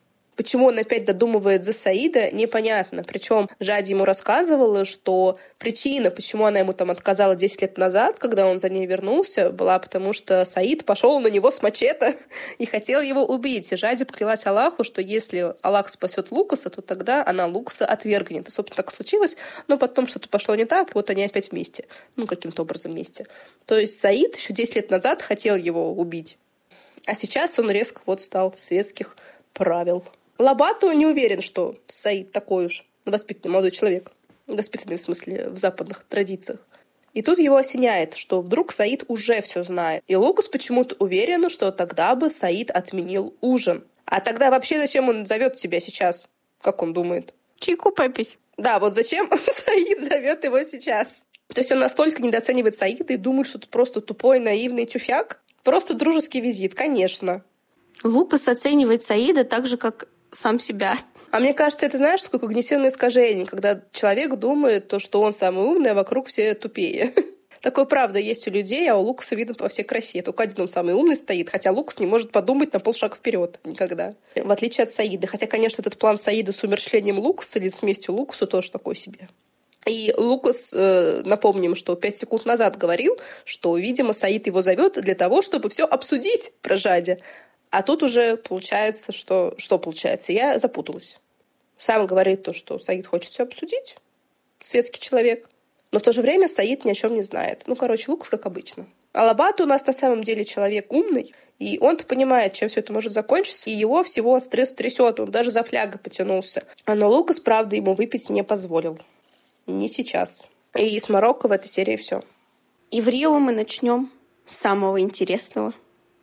Почему он опять додумывает за Саида, непонятно. Причем Жади ему рассказывала, что причина, почему она ему там отказала десять лет назад, когда он за ней вернулся, была потому, что Саид пошел на него с мачете и хотел его убить. И Жади поклялась Аллаху, что если Аллах спасет Лукаса, то тогда она Лукаса отвергнет. И, собственно, так случилось, но потом что-то пошло не так, и вот они опять вместе. Ну, каким-то образом вместе. То есть Саид еще десять лет назад хотел его убить. А сейчас он резко вот стал светских правил. Лобату не уверен, что Саид такой уж воспитанный молодой человек. Воспитанный, в смысле, в западных традициях. И тут его осеняет, что вдруг Саид уже все знает. И Лукас почему-то уверен, что тогда бы Саид отменил ужин. А тогда вообще зачем он зовет тебя сейчас? Как он думает? Чайку попить. Да, вот зачем Саид зовет его сейчас? То есть он настолько недооценивает Саида и думает, что это просто тупой, наивный тюфяк? Просто дружеский визит, конечно. Лукас оценивает Саида так же, как сам себя. А мне кажется, это, знаешь, сколько когнитивное искажение, когда человек думает, то, что он самый умный, а вокруг все тупее. Такое, правда, есть у людей, а у Лукаса видно по всей красе. Только один он самый умный стоит, хотя Лукас не может подумать на полшага вперед никогда. В отличие от Саида. Хотя, конечно, этот план Саида с умерщвлением Лукаса или с местью Лукасу тоже такой себе. И Лукас, э, напомним, что пять секунд назад говорил, что, видимо, Саид его зовет для того, чтобы все обсудить про Жади. А тут уже получается, что... Что получается? Я запуталась. Сам говорит то, что Саид хочет все обсудить. Светский человек. Но в то же время Саид ни о чем не знает. Ну, короче, Лукас как обычно. А Лобат у нас на самом деле человек умный, и он-то понимает, чем все это может закончиться, и его всего стресс трясет, он даже за флягой потянулся. А но Лукас, правда, ему выпить не позволил. Не сейчас. И с Марокко в этой серии все. И в Рио мы начнем с самого интересного.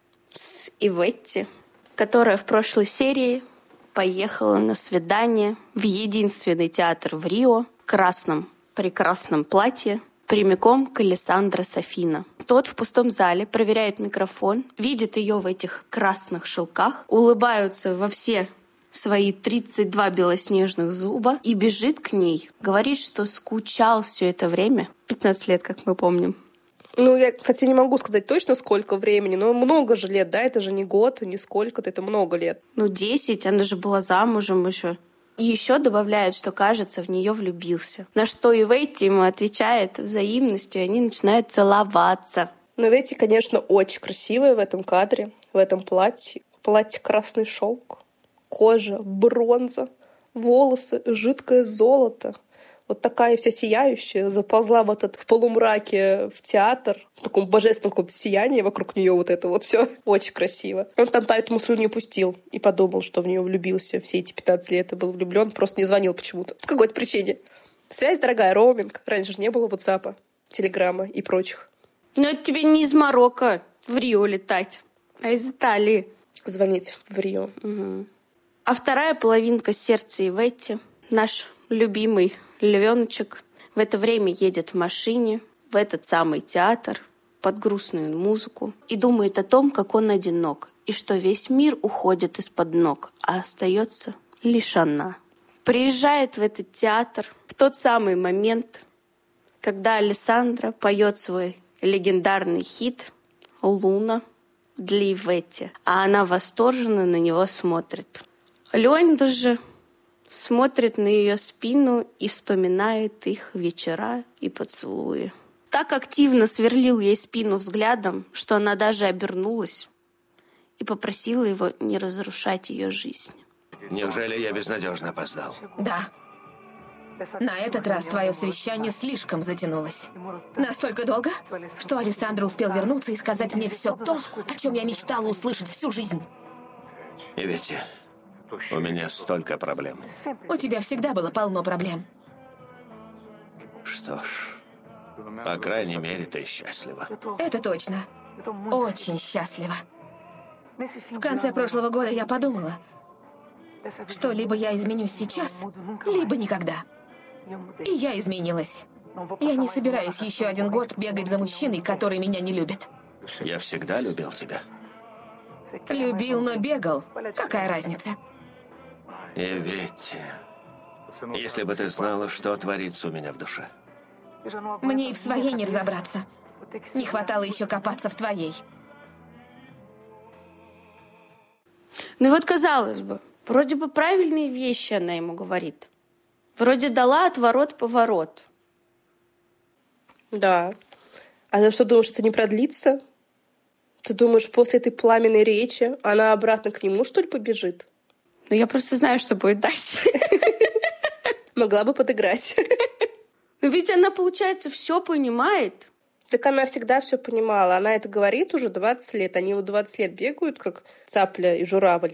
С Иветти, которая в прошлой серии поехала на свидание в единственный театр в Рио в красном прекрасном платье прямиком к Алессандро Сафино. Тот в пустом зале проверяет микрофон, видит ее в этих красных шелках, улыбаются во все свои тридцать два белоснежных зуба и бежит к ней. Говорит, что скучал все это время. пятнадцать лет, как мы помним. Ну, я, кстати, не могу сказать точно, сколько времени, но много же лет, да? Это же не год, не сколько-то, это много лет. Ну, десять, она же была замужем еще. И еще добавляет, что, кажется, в нее влюбился. На что Иветти ему отвечает взаимностью, и они начинают целоваться. Но Иветти, конечно, очень красивая в этом кадре, в этом платье. Платье красный шелк, кожа, бронза, волосы, жидкое золото. Вот такая вся сияющая, заползла в этот в полумраке в театр, в таком божественном каком-то сиянии вокруг нее вот это вот все очень красиво. Он там поэтому слюнью пустил и подумал, что в нее влюбился все эти пятнадцать лет и был влюблен, просто не звонил почему-то. По какой-то причине. Связь дорогая, роуминг. Раньше же не было WhatsApp, Телеграма и прочих. Но это тебе не из Марокко в Рио летать, а из Италии. Звонить в Рио. Угу. А вторая половинка сердца Иветти, наш любимый львеночек, в это время едет в машине в этот самый театр под грустную музыку и думает о том, как он одинок, и что весь мир уходит из-под ног, а остается лишь она. Приезжает в этот театр в тот самый момент, когда Алессандро поет свой легендарный хит «Луна» для Иветти, а она восторженно на него смотрит. Леонид же смотрит на ее спину и вспоминает их вечера и поцелуи. Так активно сверлил ей спину взглядом, что она даже обернулась и попросила его не разрушать ее жизнь. Неужели я безнадежно опоздал? Да. На этот раз твое совещание слишком затянулось. Настолько долго, что Алессандро успел вернуться и сказать мне все то, о чем я мечтала услышать всю жизнь. Иветти, у меня столько проблем. У тебя всегда было полно проблем. Что ж, по крайней мере, ты счастлива. Это точно. Очень счастлива. В конце прошлого года я подумала, что либо я изменюсь сейчас, либо никогда. И я изменилась. Я не собираюсь еще один год бегать за мужчиной, который меня не любит. Я всегда любил тебя. Любил, но бегал. Какая разница? Иветти, если бы ты знала, что творится у меня в душе. Мне и в своей не разобраться. Не хватало еще копаться в твоей. Ну и вот, казалось бы, Вроде бы правильные вещи она ему говорит. Вроде дала отворот-поворот. Да. А ты что, думаешь, это не продлится? Ты думаешь, после этой пламенной речи она обратно к нему, что ли, побежит? Ну, я просто знаю, что будет дальше. Могла бы подыграть. Но ведь она, получается, все понимает. Так она всегда все понимала. Она это говорит уже двадцать лет. Они вот двадцать лет бегают, как цапля и журавль.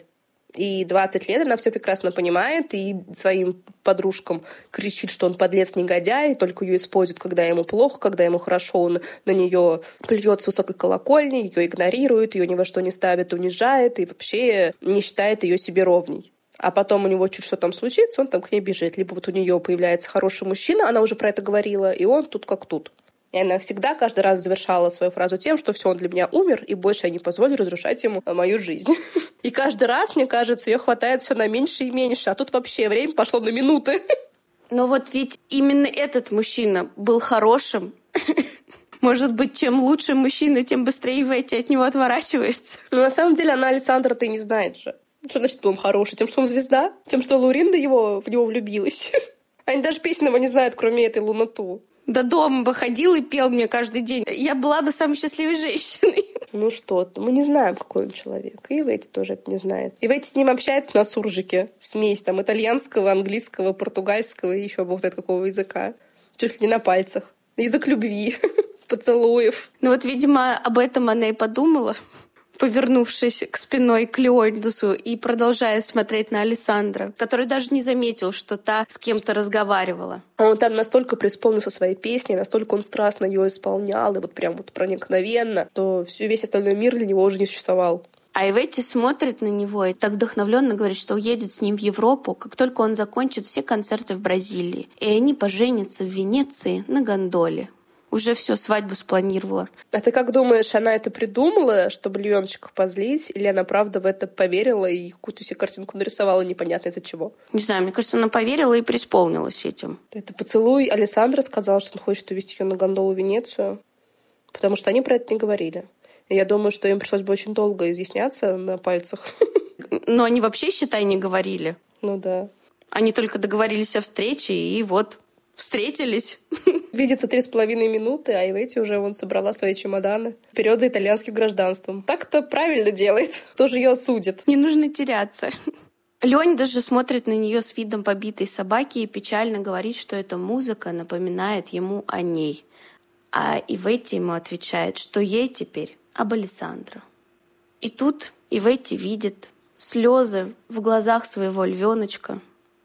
И двадцать лет она все прекрасно понимает и своим подружкам кричит, что он подлец, негодяй, только ее использует, когда ему плохо, когда ему хорошо, он на нее плюет с высокой колокольни, ее игнорирует, ее ни во что не ставит, унижает и вообще не считает ее себе ровней. А потом у него чуть что там случится, он там к ней бежит. Либо вот у нее появляется хороший мужчина, она уже про это говорила, и он тут как тут. И она всегда каждый раз завершала свою фразу тем, что все, он для меня умер, и больше я не позволю разрушать ему мою жизнь. И каждый раз, мне кажется, ее хватает все на меньше и меньше, а тут вообще время пошло на минуты. Но вот ведь именно этот мужчина был хорошим. Может быть, чем лучше мужчина, тем быстрее Иветти от него отворачивается. Но на самом деле она Алессандро-то и не знает же. Что значит, что он хороший? Тем, что он звезда? Тем, что Лауринда его, в него влюбилась? Они даже песен его не знают, кроме этой «Лунату». До дома бы ходил и пел мне каждый день. Я была бы самой счастливой женщиной. Ну что ты, мы не знаем, какой он человек. И Иветти тоже это не знает. Иветти с ним общается на суржике. Смесь там итальянского, английского, португальского и еще бог знает какого языка. Чуть ли не на пальцах. Язык любви, поцелуев. Ну вот, видимо, об этом она и подумала, повернувшись к спиной к Леондусу и продолжая смотреть на Алессандро, который даже не заметил, что та с кем-то разговаривала. А он там настолько преисполнился своей песней, настолько он страстно ее исполнял, и вот прям вот проникновенно, то весь остальной мир для него уже не существовал. А Иветти смотрит на него и так вдохновленно говорит, что уедет с ним в Европу, как только он закончит все концерты в Бразилии. И они поженятся в Венеции на гондоле. Уже все, свадьбу спланировала. А ты как думаешь, она это придумала, чтобы львёночков позлить, или она правда в это поверила и какую-то себе картинку нарисовала непонятно из-за чего? Не знаю, мне кажется, она поверила и преисполнилась этим. Это поцелуй. Алессандро сказал, что он хочет увезти ее на гондолу в Венецию, потому что они про это не говорили. И я думаю, что им пришлось бы очень долго изъясняться на пальцах. Но они вообще, считай, не говорили. Ну да. Они только договорились о встрече, и вот встретились. Видится три с половиной минуты, а Иветти уже вон собрала свои чемоданы. Вперед за итальянским гражданством. Так-то правильно делает. Кто же ее осудит? Не нужно теряться. Лёнь даже смотрит на нее с видом побитой собаки и печально говорит, что эта музыка напоминает ему о ней. А Иветти ему отвечает, что ей теперь об Алессандро. И тут Иветти видит слезы в глазах своего львеночка,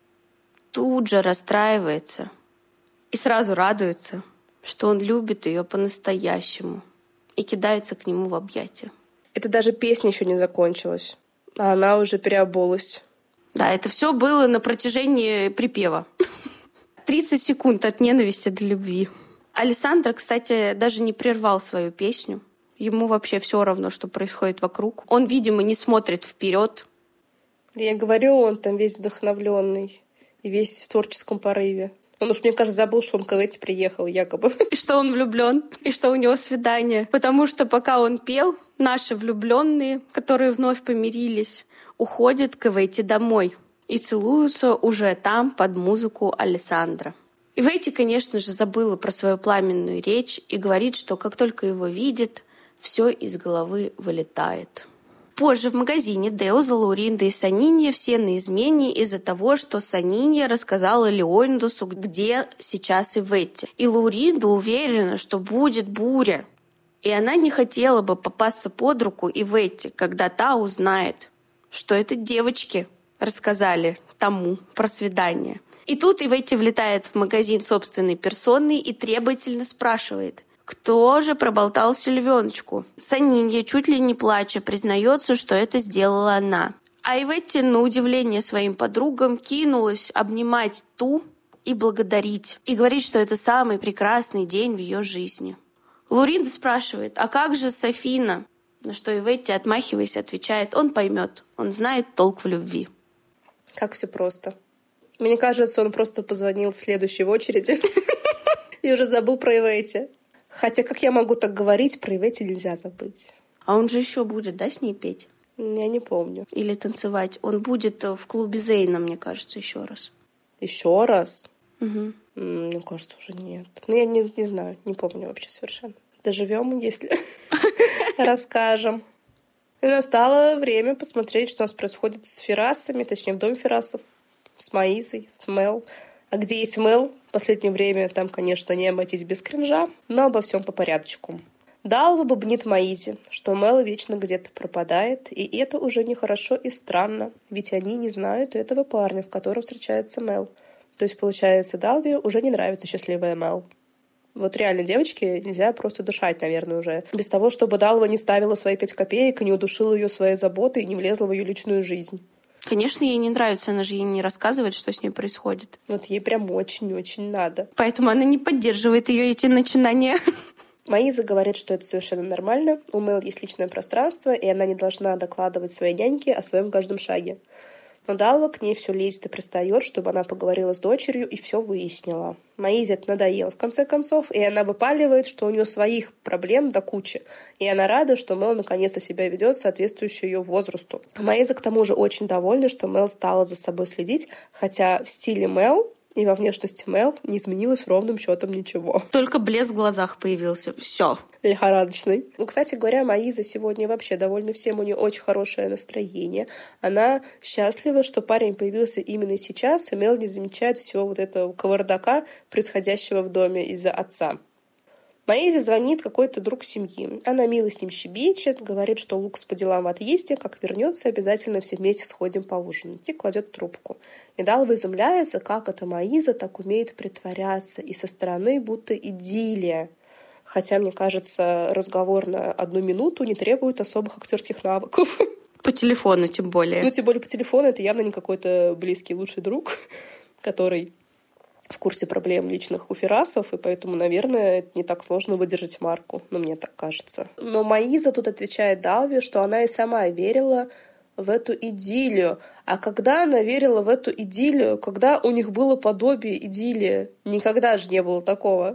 тут же расстраивается и сразу радуется, что он любит ее по-настоящему и кидается к нему в объятия. Это даже песня еще не закончилась, а она уже переобулась. Да, это все было на протяжении припева. тридцать секунд от ненависти до любви. Алессандро, кстати, даже не прервал свою песню. Ему вообще все равно, что происходит вокруг. Он, видимо, не смотрит вперед. Я говорю, он там весь вдохновленный и весь в творческом порыве. Он уж, мне кажется, забыл, что он к Иветти приехал, якобы. И что он влюблен, и что у него свидание. Потому что пока он пел, наши влюбленные, которые вновь помирились, уходят к Иветти домой и целуются уже там под музыку Алессандро. Иветти, конечно же, забыла про свою пламенную речь и говорит, что как только его видит, все из головы вылетает. Позже в магазине Деуза, Лауринда и Санинья все на измене из-за того, что Санинья рассказала Леондусу, где сейчас Иветти. И Лауринда уверена, что будет буря. И она не хотела бы попасться под руку Иветти, когда та узнает, что это девочки рассказали тому про свидание. И тут Иветти влетает в магазин собственной персоной и требовательно спрашивает, кто же проболтался львеночку. Санинья, чуть ли не плача, признается, что это сделала она. А Иветти, на удивление своим подругам, кинулась обнимать ту и благодарить. И говорить, что это самый прекрасный день в ее жизни. Лауринда спрашивает, а как же Софина? На что Иветти, отмахиваясь, отвечает, он поймет, он знает толк в любви. Как все просто. Мне кажется, он просто позвонил следующей в очереди и уже забыл про Иветти. Хотя, как я могу так говорить, про Иветти нельзя забыть. А он же еще будет, да, с ней петь? Я не помню. Или танцевать. Он будет в клубе Зейна, мне кажется, еще раз. Еще раз? Угу. Мне кажется, уже нет. Ну, я не, не знаю, не помню вообще совершенно. Доживем, если расскажем. И настало время посмотреть, что у нас происходит с Ферасами, точнее, в доме Ферасов, с Маизой, с Мел. А где есть Мел, в последнее время там, конечно, не обойтись без кринжа, но обо всем по порядочку. Далва бубнит Маизе, что Мел вечно где-то пропадает, и это уже нехорошо и странно, ведь они не знают этого парня, с которым встречается Мел. То есть, получается, Далве уже не нравится счастливая Мел. Вот реально, девочки, нельзя просто дышать, наверное, уже. Без того, чтобы Далва не ставила свои пять копеек и не удушила ее своей заботой и не влезла в ее личную жизнь. Конечно, ей не нравится, она же ей не рассказывает, что с ней происходит. Вот ей прям очень-очень надо. Поэтому она не поддерживает ее эти начинания. Маиза говорит, что это совершенно нормально. У Мел есть личное пространство, и она не должна докладывать своей няньке о своем каждом шаге. Но Далва к ней все лезет и пристает, чтобы она поговорила с дочерью и все выяснила. Маизе это надоело в конце концов, и она выпаливает, что у нее своих проблем до кучи. И она рада, что Мел наконец-то себя ведет соответствующе ее возрасту. Маиза к тому же очень довольна, что Мел стала за собой следить, хотя в стиле Мел и во внешности Мел не изменилось ровным счетом ничего. Только блеск в глазах появился. Все. Лихорадочный. Ну, кстати говоря, Маиза сегодня вообще довольна всем, у нее очень хорошее настроение. Она счастлива, что парень появился именно сейчас, и Мел не замечает всего вот этого кавардака, происходящего в доме из-за отца. Маизе звонит какой-то друг семьи. Она мило с ним щебечет, говорит, что Лукас по делам в отъезде, как вернется, обязательно все вместе сходим поужинать. И кладет трубку. И Далва изумляется, как это Маиза так умеет притворяться, и со стороны будто идиллия. Хотя, мне кажется, разговор на одну минуту не требует особых актерских навыков. По телефону тем более. Ну, тем более по телефону это явно не какой-то близкий лучший друг, который в курсе проблем личных у Ферасов, и поэтому, наверное, это не так сложно выдержать марку. Ну, мне так кажется. Но Маиза тут отвечает Далве, что она и сама верила в эту идиллию. А когда она верила в эту идиллию, когда у них было подобие идиллии, никогда же не было такого.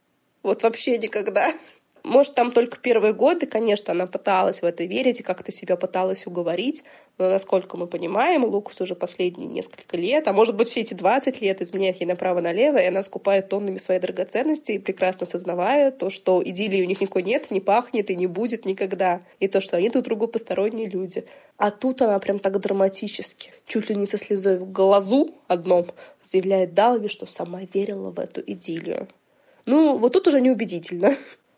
Вот вообще никогда. Может, там только первые годы, конечно, она пыталась в это верить и как-то себя пыталась уговорить, но, насколько мы понимаем, Лукас уже последние несколько лет, а может быть, все эти двадцать лет изменяет ей направо-налево, и она скупает тоннами свои драгоценности, прекрасно сознавая то, что идиллии у них никакой нет, не пахнет и не будет никогда, и то, что они друг другу посторонние люди. А тут она прям так драматически, чуть ли не со слезой в глазу одном, заявляет Далве, что сама верила в эту идиллию. Ну, вот тут уже неубедительно.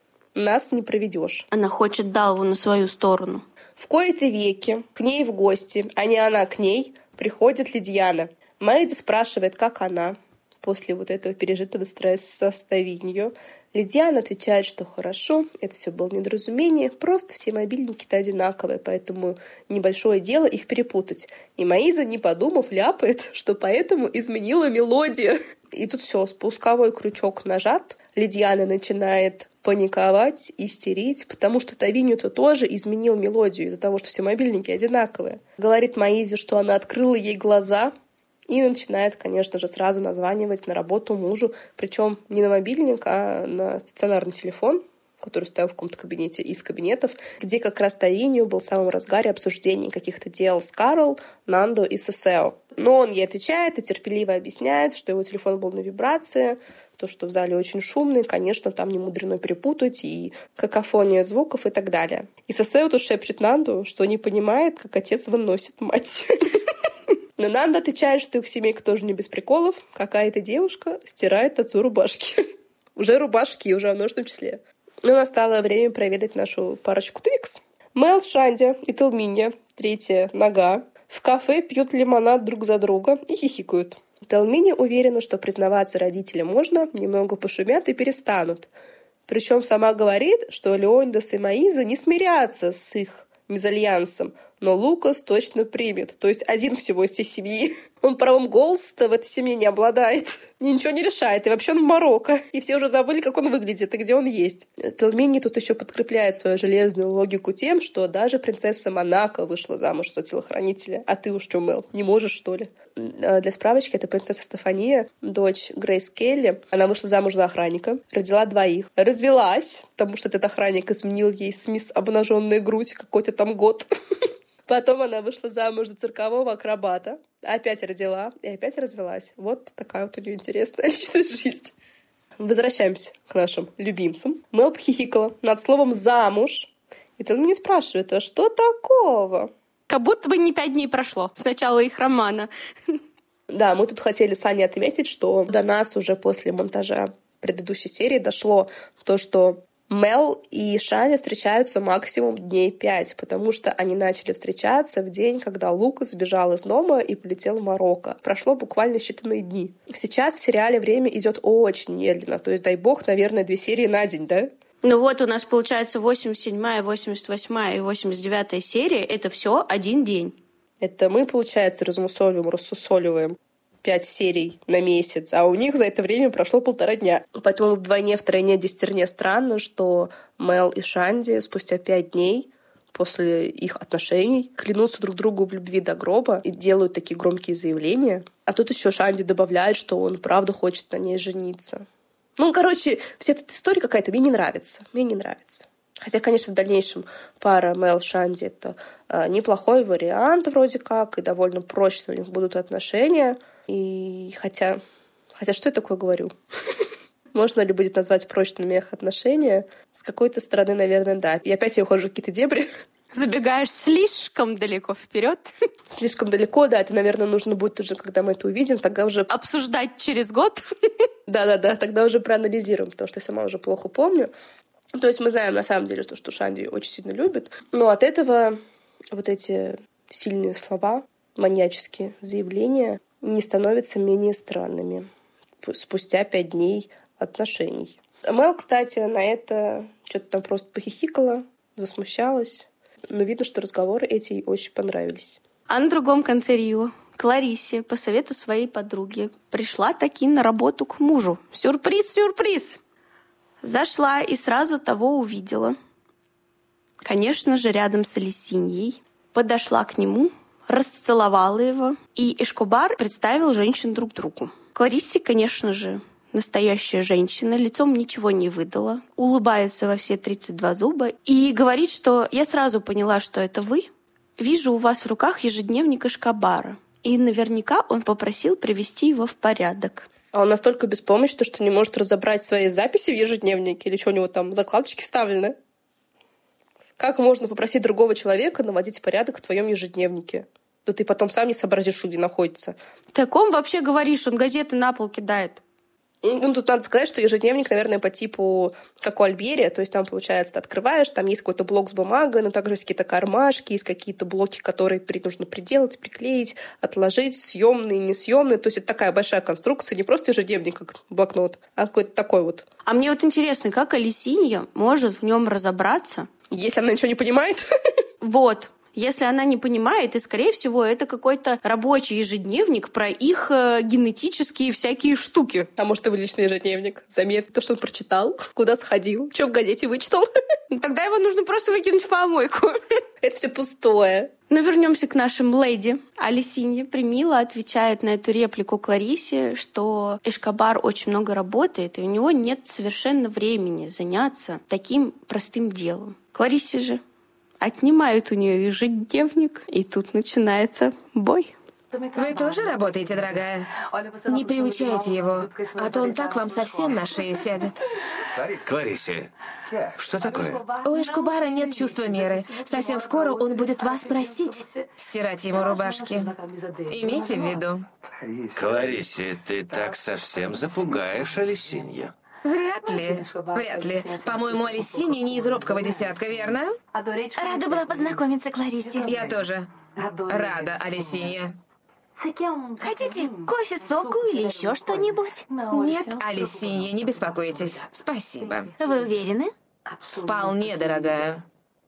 Нас не проведешь. Она хочет Далву на свою сторону. В кои-то веки к ней в гости, а не она к ней, приходит Лидиана. Маизе спрашивает, как она после вот этого пережитого стресса с Тавинью. Лидиана отвечает, что хорошо, это все было недоразумение, просто все мобильники-то одинаковые, поэтому небольшое дело их перепутать. И Маиза, не подумав, ляпает, что поэтому изменила мелодию. И тут все, спусковой крючок нажат. Лидиана начинает паниковать, истерить, потому что Тавинью-то тоже изменил мелодию из-за того, что все мобильники одинаковые. Говорит Маизе, что она открыла ей глаза, и начинает, конечно же, сразу названивать на работу мужу, причем не на мобильник, а на стационарный телефон, который стоял в каком-то кабинете из кабинетов, где как раз Тавинью был в самом разгаре обсуждений каких-то дел с Карл, Нандо и Сесео. Но он ей отвечает и терпеливо объясняет, что его телефон был на вибрации, то, что в зале очень шумный, конечно, там не мудрено перепутать, и какофония звуков и так далее. И Сесео тут шепчет Нанду, что не понимает, как отец выносит мать. Но Нанда отвечает, что их семейка тоже не без приколов. Какая-то девушка стирает отцу рубашки. Уже рубашки, уже в множественном числе. Но настало время проведать нашу парочку Твикс. Мел, Шанди и Телминья, третья нога, в кафе пьют лимонад друг за друга и хихикают. Телминья уверена, что признаваться родителям можно, немного пошумят и перестанут. Причем сама говорит, что Леонидас и Маиза не смирятся с их мезальянсом, но Лукас точно примет. То есть один всего из всей семьи. Он правом голоса-то в этой семье не обладает. Ничего не решает. И вообще он в Марокко. И все уже забыли, как он выглядит и где он есть. Телминья тут еще подкрепляет свою железную логику тем, что даже принцесса Монако вышла замуж за телохранителя. А ты уж что, Мел, не можешь, что ли? Для справочки, это принцесса Стефания, дочь Грейс Келли. Она вышла замуж за охранника, родила двоих. Развелась, потому что этот охранник изменил ей с мисс обнаженная грудь какой-то там год. Потом она вышла замуж за циркового акробата, опять родила и опять развелась. Вот такая вот у нее интересная личная жизнь. Возвращаемся к нашим любимцам. Мел похихикала над словом «замуж». И он меня спрашивает, а что такого? Как будто бы не пять дней прошло с начала их романа. Да, мы тут хотели с Аней отметить, что до нас уже после монтажа предыдущей серии дошло то, что Мел и Шаня встречаются максимум дней пять, потому что они начали встречаться в день, когда Лукас сбежал из дома и полетел в Марокко. Прошло буквально считанные дни. Сейчас в сериале время идет очень медленно, то есть, дай бог, наверное, две серии на день, да? Ну вот у нас получается восемьдесят седьмая, восемьдесят восьмая и восемьдесят девятая серия. Это все один день. Это мы, получается, размусоливаем, рассусоливаем пять серий на месяц, а у них за это время прошло полтора дня. Поэтому вдвойне, втройне, десятерне странно, что Мел и Шанди спустя пять дней после их отношений клянутся друг другу в любви до гроба и делают такие громкие заявления. А тут еще Шанди добавляет, что он правда хочет на ней жениться. Ну, короче, вся эта история какая-то мне не нравится. Мне не нравится. Хотя, конечно, в дальнейшем пара Мел Шанди — это э, неплохой вариант вроде как, и довольно прочные у них будут отношения. И хотя... Хотя что я такое говорю? Можно ли будет назвать прочными их отношения? С какой-то стороны, наверное, да. И опять я ухожу в какие-то дебри. Забегаешь слишком далеко вперед. Слишком далеко, да. Это, наверное, нужно будет уже, когда мы это увидим, тогда уже... Обсуждать через год. Да-да-да, тогда уже проанализируем, потому что я сама уже плохо помню. То есть мы знаем на самом деле, что Шанди очень сильно любит. Но от этого вот эти сильные слова, маньяческие заявления не становятся менее странными спустя пять дней отношений. Мел, кстати, на это что-то там просто похихикала, засмущалась. Но видно, что разговоры эти ей очень понравились. А на другом конце Рио Кларисе по совету своей подруги пришла таки на работу к мужу. Сюрприз, сюрприз! Зашла и сразу того увидела. Конечно же, рядом с Алисиньей. Подошла к нему, расцеловала его, и Эшкобар представил женщин друг другу. Кларисе, конечно же, настоящая женщина, лицом ничего не выдала, улыбается во все тридцать два зуба и говорит, что «я сразу поняла, что это вы. Вижу у вас в руках ежедневник Эшкобара». И наверняка он попросил привести его в порядок. А он настолько беспомощный, что не может разобрать свои записи в ежедневнике? Или что у него там закладочки вставлены? Как можно попросить другого человека наводить порядок в твоем ежедневнике? Да ты потом сам не сообразишь, что где находится. Так он вообще говоришь, он газеты на пол кидает. Ну, тут надо сказать, что ежедневник, наверное, по типу, как у Альбери. То есть там, получается, ты открываешь, там есть какой-то блок с бумагой, но также есть какие-то кармашки, есть какие-то блоки, которые при... нужно приделать, приклеить, отложить, съемные, несъемные. То есть это такая большая конструкция, не просто ежедневник, как блокнот, а какой-то такой вот. А мне вот интересно, как Алисинья может в нем разобраться? Если она ничего не понимает? Вот. Если она не понимает, и, скорее всего, это какой-то рабочий ежедневник про их э, генетические всякие штуки. А может, его личный ежедневник? Заметки, то, что он прочитал, куда сходил, что в газете вычитал. Тогда его нужно просто выкинуть в помойку. Это все пустое. Но вернемся к нашим леди. Алисинья примило отвечает на эту реплику Кларисе, что Эшкобар очень много работает, и у него нет совершенно времени заняться таким простым делом. Кларисе же отнимают у нее ежедневник, и тут начинается бой. Вы тоже работаете, дорогая? Не приучайте его, а то он так вам совсем на шею сядет. Кларисе, что такое? У Эшкобара нет чувства меры. Совсем скоро он будет вас просить стирать ему рубашки. Имейте в виду. Кларисе, ты так совсем запугаешь Алисинью. Вряд ли, вряд ли. По-моему, Алисинья не из робкого десятка, верно? Рада была познакомиться, Кларисе. Я тоже. Рада, Алисинья. Хотите кофе, соку или еще что-нибудь? Нет, Алисинья, не беспокойтесь. Спасибо. Вы уверены? Вполне, дорогая.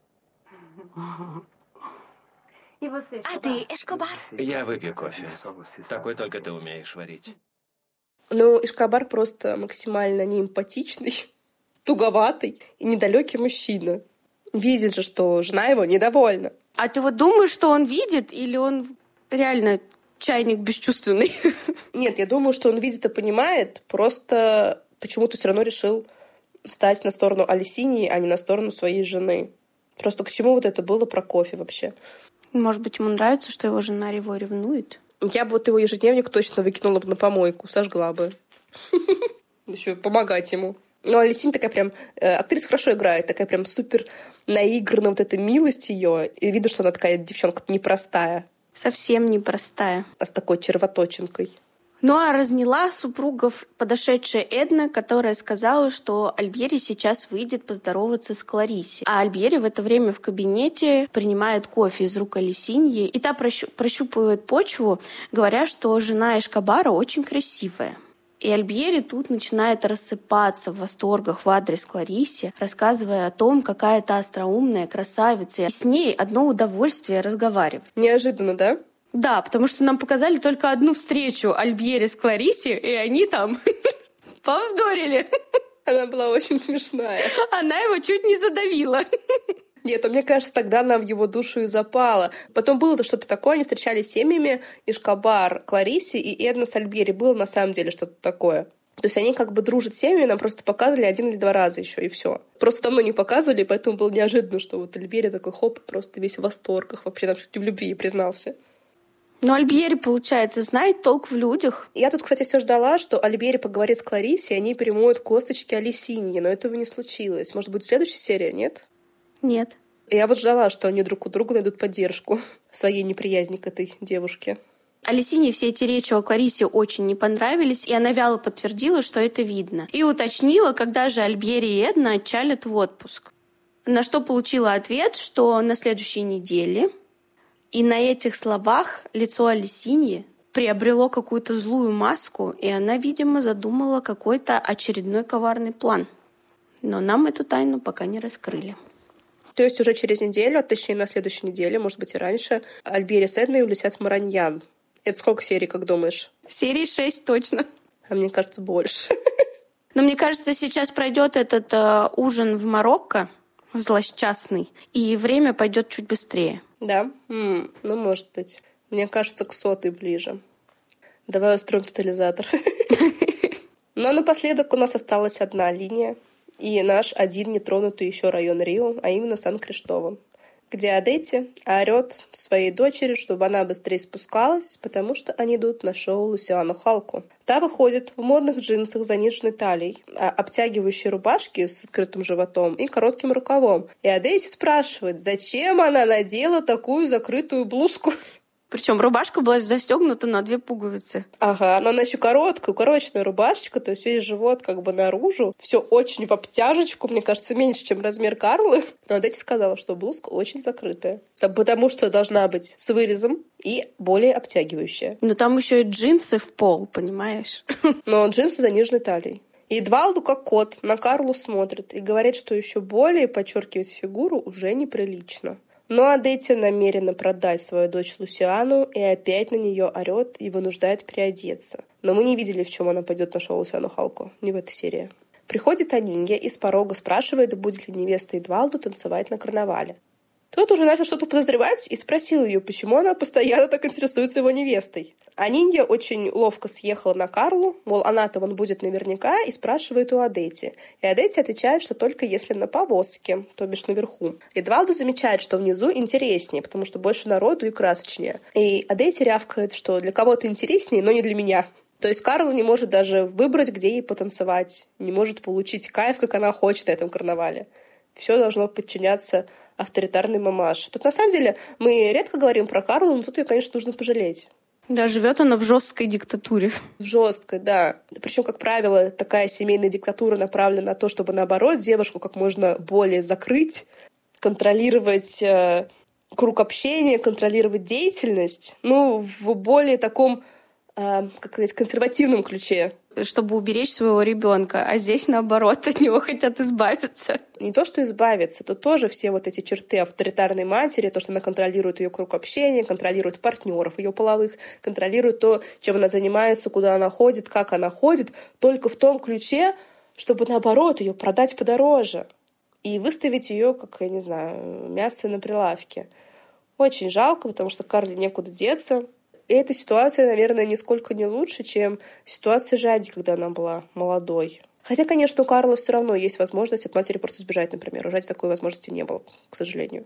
А ты, Эшкобар? Я выпью кофе. Такой только ты умеешь варить. Ну, Эшкобар просто максимально неэмпатичный, туговатый и недалекий мужчина. Видит же, что жена его недовольна. А ты вот думаешь, что он видит, или он реально чайник бесчувственный? Нет, я думаю, что он видит и понимает, просто почему-то все равно решил встать на сторону Алисиньи, а не на сторону своей жены. Просто к чему вот это было про кофе вообще? Может быть, ему нравится, что его жена его ревнует? Я бы вот его ежедневник точно выкинула бы на помойку, сожгла бы. Еще помогать ему. Ну, а Лисинь такая прям... Э, актриса хорошо играет, такая прям супер наигранная вот эта милость ее. И видно, что она такая девчонка непростая. Совсем непростая. А с такой червоточинкой. Ну а разняла супругов подошедшая Эдна, которая сказала, что Альбьери сейчас выйдет поздороваться с Кларисси. А Альбьери в это время в кабинете принимает кофе из рук Алисиньи, и та прощу- прощупывает почву, говоря, что жена Эшкобара очень красивая. И Альбьери тут начинает рассыпаться в восторгах в адрес Кларисси, рассказывая о том, какая та остроумная красавица. И с ней одно удовольствие разговаривать. Неожиданно, да? Да, потому что нам показали только одну встречу Альбьери с Кларисси, и они там повздорили. Она была очень смешная. Она его чуть не задавила. Нет, а мне кажется, тогда она в его душу и запала. Потом было что-то такое, они встречались семьями, Эшкобар, Кларисси и Эдна с Альбьери. Было на самом деле что-то такое. То есть они как бы дружат с семьями, нам просто показывали один или два раза еще, и все. Просто давно не показывали, поэтому было неожиданно, что вот Альбьери такой хоп, просто весь в восторгах, вообще там чуть в любви признался. Но Альбьери, получается, знает толк в людях. Я тут, кстати, все ждала, что Альбьери поговорит с Кларисси, и они перемоют косточки Алисиньи, но этого не случилось. Может быть, следующая серия, нет? Нет. Я вот ждала, что они друг у друга найдут поддержку своей неприязни к этой девушке. Алисине все эти речи о Клариссе очень не понравились, и она вяло подтвердила, что это видно. И уточнила, когда же Альбьери и Эдна отчалят в отпуск. На что получила ответ, что на следующей неделе. И на этих словах лицо Алисиньи приобрело какую-то злую маску, и она, видимо, задумала какой-то очередной коварный план. Но нам эту тайну пока не раскрыли. То есть уже через неделю, точнее на следующей неделе, может быть и раньше, Альбьери с Эдной улетят в Мараньян. Это сколько серий, как думаешь? Серии шесть точно. А мне кажется, больше. Но мне кажется, сейчас пройдет этот э, ужин в Марокко, злосчастный, и время пойдет чуть быстрее. Да? М-м, ну, может быть. Мне кажется, к сотой ближе. Давай устроим тотализатор. Ну, а напоследок у нас осталась одна линия. И наш один нетронутый еще район Рио, а именно Сан-Криштован, где Адетти орет своей дочери, чтобы она быстрее спускалась, потому что они идут на шоу Лусиану Халку. Та выходит в модных джинсах с заниженной талией, обтягивающей рубашке с открытым животом и коротким рукавом. И Адетти спрашивает, зачем она надела такую закрытую блузку? Причем рубашка была застегнута на две пуговицы. Ага, но она еще короткая, укороченная рубашечка, то есть весь живот как бы наружу. Все очень в обтяжечку, мне кажется, меньше, чем размер Карлы. Но Адетти сказала, что блузка очень закрытая. Потому что должна быть с вырезом и более обтягивающая. Но там еще и джинсы в пол, понимаешь? Но джинсы с заниженной талией. И Эдвалду, как кот, на Карлу смотрит и говорит, что еще более подчеркивать фигуру уже неприлично. Но Адетти намерена продать свою дочь Лусиану и опять на нее орет и вынуждает переодеться. Но мы не видели, в чем она пойдет на шоу Лусиану Халку. Не в этой серии. Приходит Анинья и с порога спрашивает, будет ли невеста Эдвалду танцевать на карнавале. Тот уже начал что-то подозревать и спросил ее, почему она постоянно так интересуется его невестой. Анинья очень ловко съехала на Карлу, мол, она-то вон будет наверняка, и спрашивает у Адетти. И Адетти отвечает, что только если на повозке, то бишь наверху. Эдвалду замечает, что внизу интереснее, потому что больше народу и красочнее. И Адетти рявкает, что для кого-то интереснее, но не для меня. То есть Карла не может даже выбрать, где ей потанцевать, не может получить кайф, как она хочет на этом карнавале. Все должно подчиняться авторитарной мамаше. Тут, на самом деле, мы редко говорим про Карлу, но тут ее, конечно, нужно пожалеть. Да, живет она в жесткой диктатуре. В жесткой, да. Причем, как правило, такая семейная диктатура направлена на то, чтобы, наоборот, девушку как можно более закрыть, контролировать э, круг общения, контролировать деятельность, ну, в более таком, э, как сказать, консервативном ключе. Чтобы уберечь своего ребенка, а здесь, наоборот, от него хотят избавиться. Не то, что избавиться, то тоже все вот эти черты авторитарной матери, то, что она контролирует ее круг общения, контролирует партнеров ее половых, контролирует то, чем она занимается, куда она ходит, как она ходит, только в том ключе, чтобы, наоборот, ее продать подороже и выставить ее, как, я не знаю, мясо на прилавке. Очень жалко, потому что Карле некуда деться. И эта ситуация, наверное, нисколько не лучше, чем ситуация Жади, когда она была молодой. Хотя, конечно, у Карла все равно есть возможность от матери просто сбежать, например. У Жади такой возможности не было, к сожалению.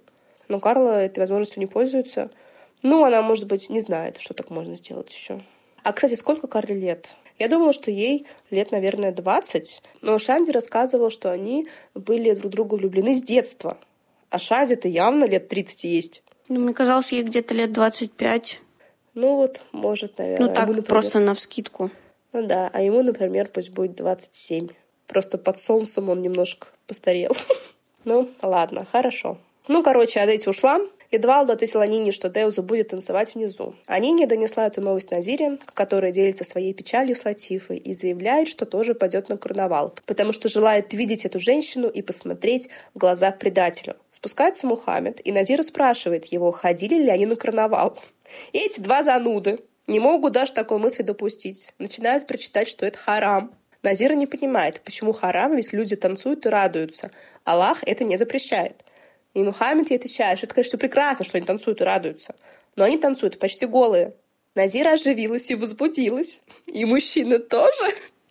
Но Карла этой возможностью не пользуется. Ну, она, может быть, не знает, что так можно сделать еще. А, кстати, сколько Карле лет? Я думала, что ей лет, наверное, двадцать. Но Шанди рассказывала, что они были друг в друга влюблены с детства. А Шанди-то явно лет тридцать есть. Ну, мне казалось, ей где-то лет двадцать пять. Ну вот, может, наверное. Ну так, ему, например... просто навскидку. Ну да, а ему, например, пусть будет двадцать семь. Просто под солнцем он немножко постарел. Ну, ладно, хорошо. Ну, короче, Адетти ушла. Эдуалдо ответила Нине, что Деуза будет танцевать внизу. А Нине донесла эту новость Назире, которая делится своей печалью с Латифой и заявляет, что тоже пойдет на карнавал, потому что желает видеть эту женщину и посмотреть в глаза предателю. Спускается Мухаммед, и Назира спрашивает его, ходили ли они на карнавал. И эти два зануды не могут даже такой мысли допустить. Начинают прочитать, что это харам. Назира не понимает, почему харам, ведь люди танцуют и радуются. Аллах это не запрещает. И Мухаммед ей отвечает, что это, конечно, прекрасно, что они танцуют и радуются. Но они танцуют почти голые. Назира оживилась и возбудилась. И мужчины тоже.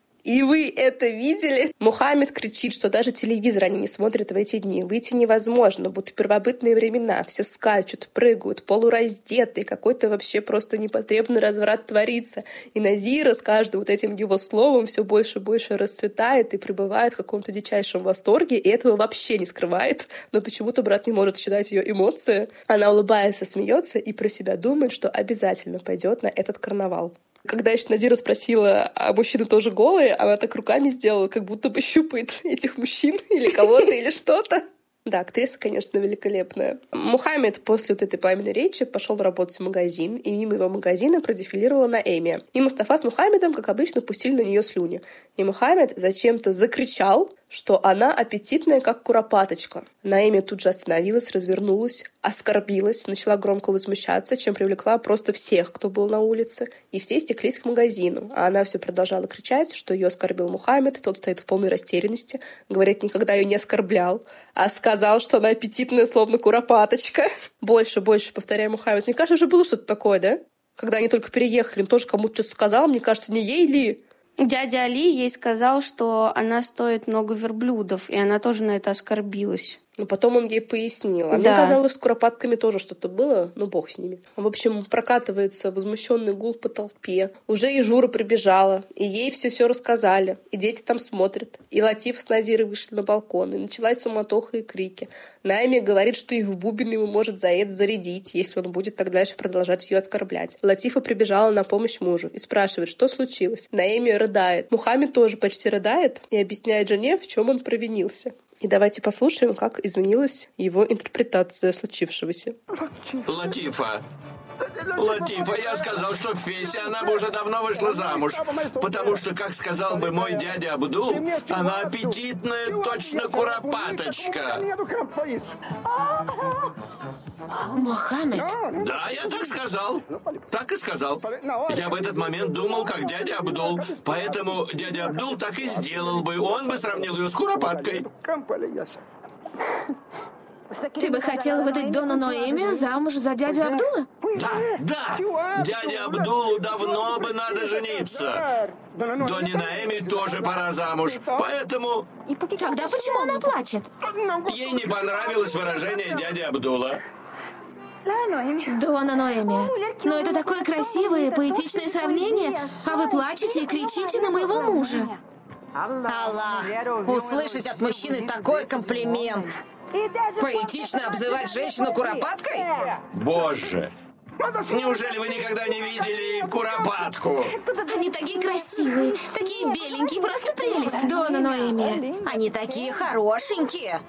И вы это видели? Мухаммед кричит, что даже телевизор они не смотрят в эти дни. Выйти невозможно, будто первобытные времена. Все скачут, прыгают, полураздетые. Какой-то вообще просто непотребный разврат творится. И Назира с каждым вот этим его словом все больше и больше расцветает и пребывает в каком-то дичайшем восторге. И этого вообще не скрывает. Но почему-то брат не может читать ее эмоции. Она улыбается, смеется и про себя думает, что обязательно пойдет на этот карнавал. Когда еще Назира спросила, а мужчины тоже голые, она так руками сделала, как будто бы щупает этих мужчин или кого-то, или что-то. Да, актриса, конечно, великолепная. Мухаммед после вот этой пламенной речи пошел работать в магазин, и мимо его магазина продефилировала Наэми. И Мустафа с Мухаммедом, как обычно, пустили на нее слюни. И Мухаммед зачем-то закричал, что она аппетитная, как куропаточка. Наэми тут же остановилась, развернулась, оскорбилась, начала громко возмущаться, чем привлекла просто всех, кто был на улице. И все стеклись к магазину. А она все продолжала кричать, что ее оскорбил Мухаммед, тот стоит в полной растерянности, говорит, никогда ее не оскорблял, а сказал, что она аппетитная, словно куропаточка. Больше, больше, повторяю, Мухаммед. Мне кажется, уже было что-то такое, да? Когда они только переехали, он тоже кому-то что-то сказал, мне кажется, не ей ли? Дядя Али ей сказал, что она стоит много верблюдов, и она тоже на это оскорбилась. Но потом он ей пояснил. А да. Мне казалось, с куропатками тоже что-то было, ну бог с ними. В общем, прокатывается возмущенный гул по толпе. Уже и Жура прибежала, и ей все-все рассказали. И дети там смотрят. И Латиф с Назирой вышли на балкон, и началась суматоха и крики. Наэми говорит, что и в бубен ему может за это зарядить, если он будет так дальше продолжать ее оскорблять. Латифа прибежала на помощь мужу и спрашивает, что случилось. Наэми рыдает. Мухаммед тоже почти рыдает и объясняет жене, в чем он провинился. И давайте послушаем, как изменилась его интерпретация случившегося. Латифа, Латифа, я сказал, что в Фесе она бы уже давно вышла замуж. Потому что, как сказал бы мой дядя Абдул, она аппетитная, точно куропаточка. Мухаммед? Да, я так сказал. Так и сказал. Я в этот момент думал, как дядя Абдул. Поэтому дядя Абдул так и сделал бы. Он бы сравнил ее с куропаткой. Ты бы хотел выдать Дону Ноэмию замуж за дядю Абдула? Да, да. Дяде Абдулу давно бы надо жениться. Доне Ноэми тоже пора замуж. Поэтому... Тогда почему она плачет? Ей не понравилось выражение дяди Абдула. Дона Ноэми, но это такое красивое, поэтичное сравнение, а вы плачете и кричите на моего мужа. Аллах, услышать от мужчины такой комплимент. Поэтично обзывать женщину куропаткой? Боже! Неужели вы никогда не видели куропатку? Они такие красивые, такие беленькие, просто прелесть, Дона Ноэми. Они такие хорошенькие.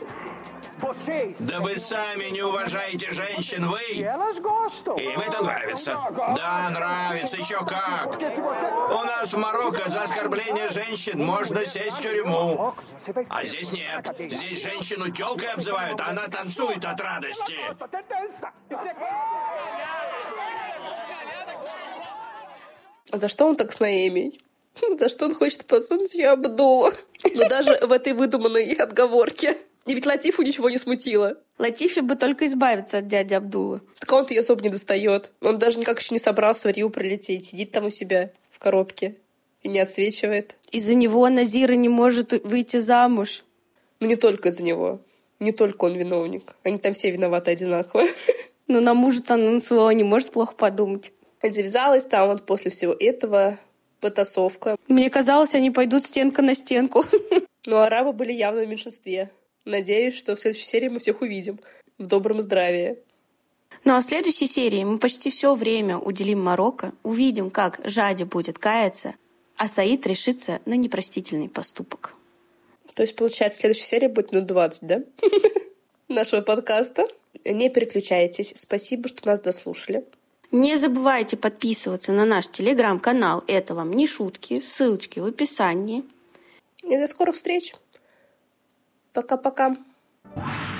Да вы сами не уважаете женщин, вы. Им это нравится. Да, нравится, еще как. У нас в Марокко за оскорбление женщин можно сесть в тюрьму. А здесь нет. Здесь женщину тёлкой обзывают, а она танцует от радости. А за что он так с Наэмией? За что он хочет подсунуть ее Абдулу? Но даже в этой выдуманной отговорке. И ведь Латифу ничего не смутило. Латифе бы только избавиться от дяди Абдула. Так он-то ее особо не достает. Он даже никак еще не собрался в Рио прилететь. Сидит там у себя в коробке и не отсвечивает. Из-за него Назира не может выйти замуж. Ну не только из-за него. Не только он виновник. Они там все виноваты одинаково. Ну, на мужа-то он своего не может плохо подумать. Завязалась там вот после всего этого потасовка. Мне казалось, они пойдут стенка на стенку. Но арабы были явно в меньшинстве. Надеюсь, что в следующей серии мы всех увидим в добром здравии. Ну а в следующей серии мы почти все время уделим Марокко, увидим, как Жади будет каяться, а Саид решится на непростительный поступок. То есть, получается, следующая серия будет минут двадцать, да? Нашего подкаста. Не переключайтесь. Спасибо, что нас дослушали. Не забывайте подписываться на наш телеграм-канал. Это вам не шутки. Ссылочки в описании. И до скорых встреч. Пока-пока.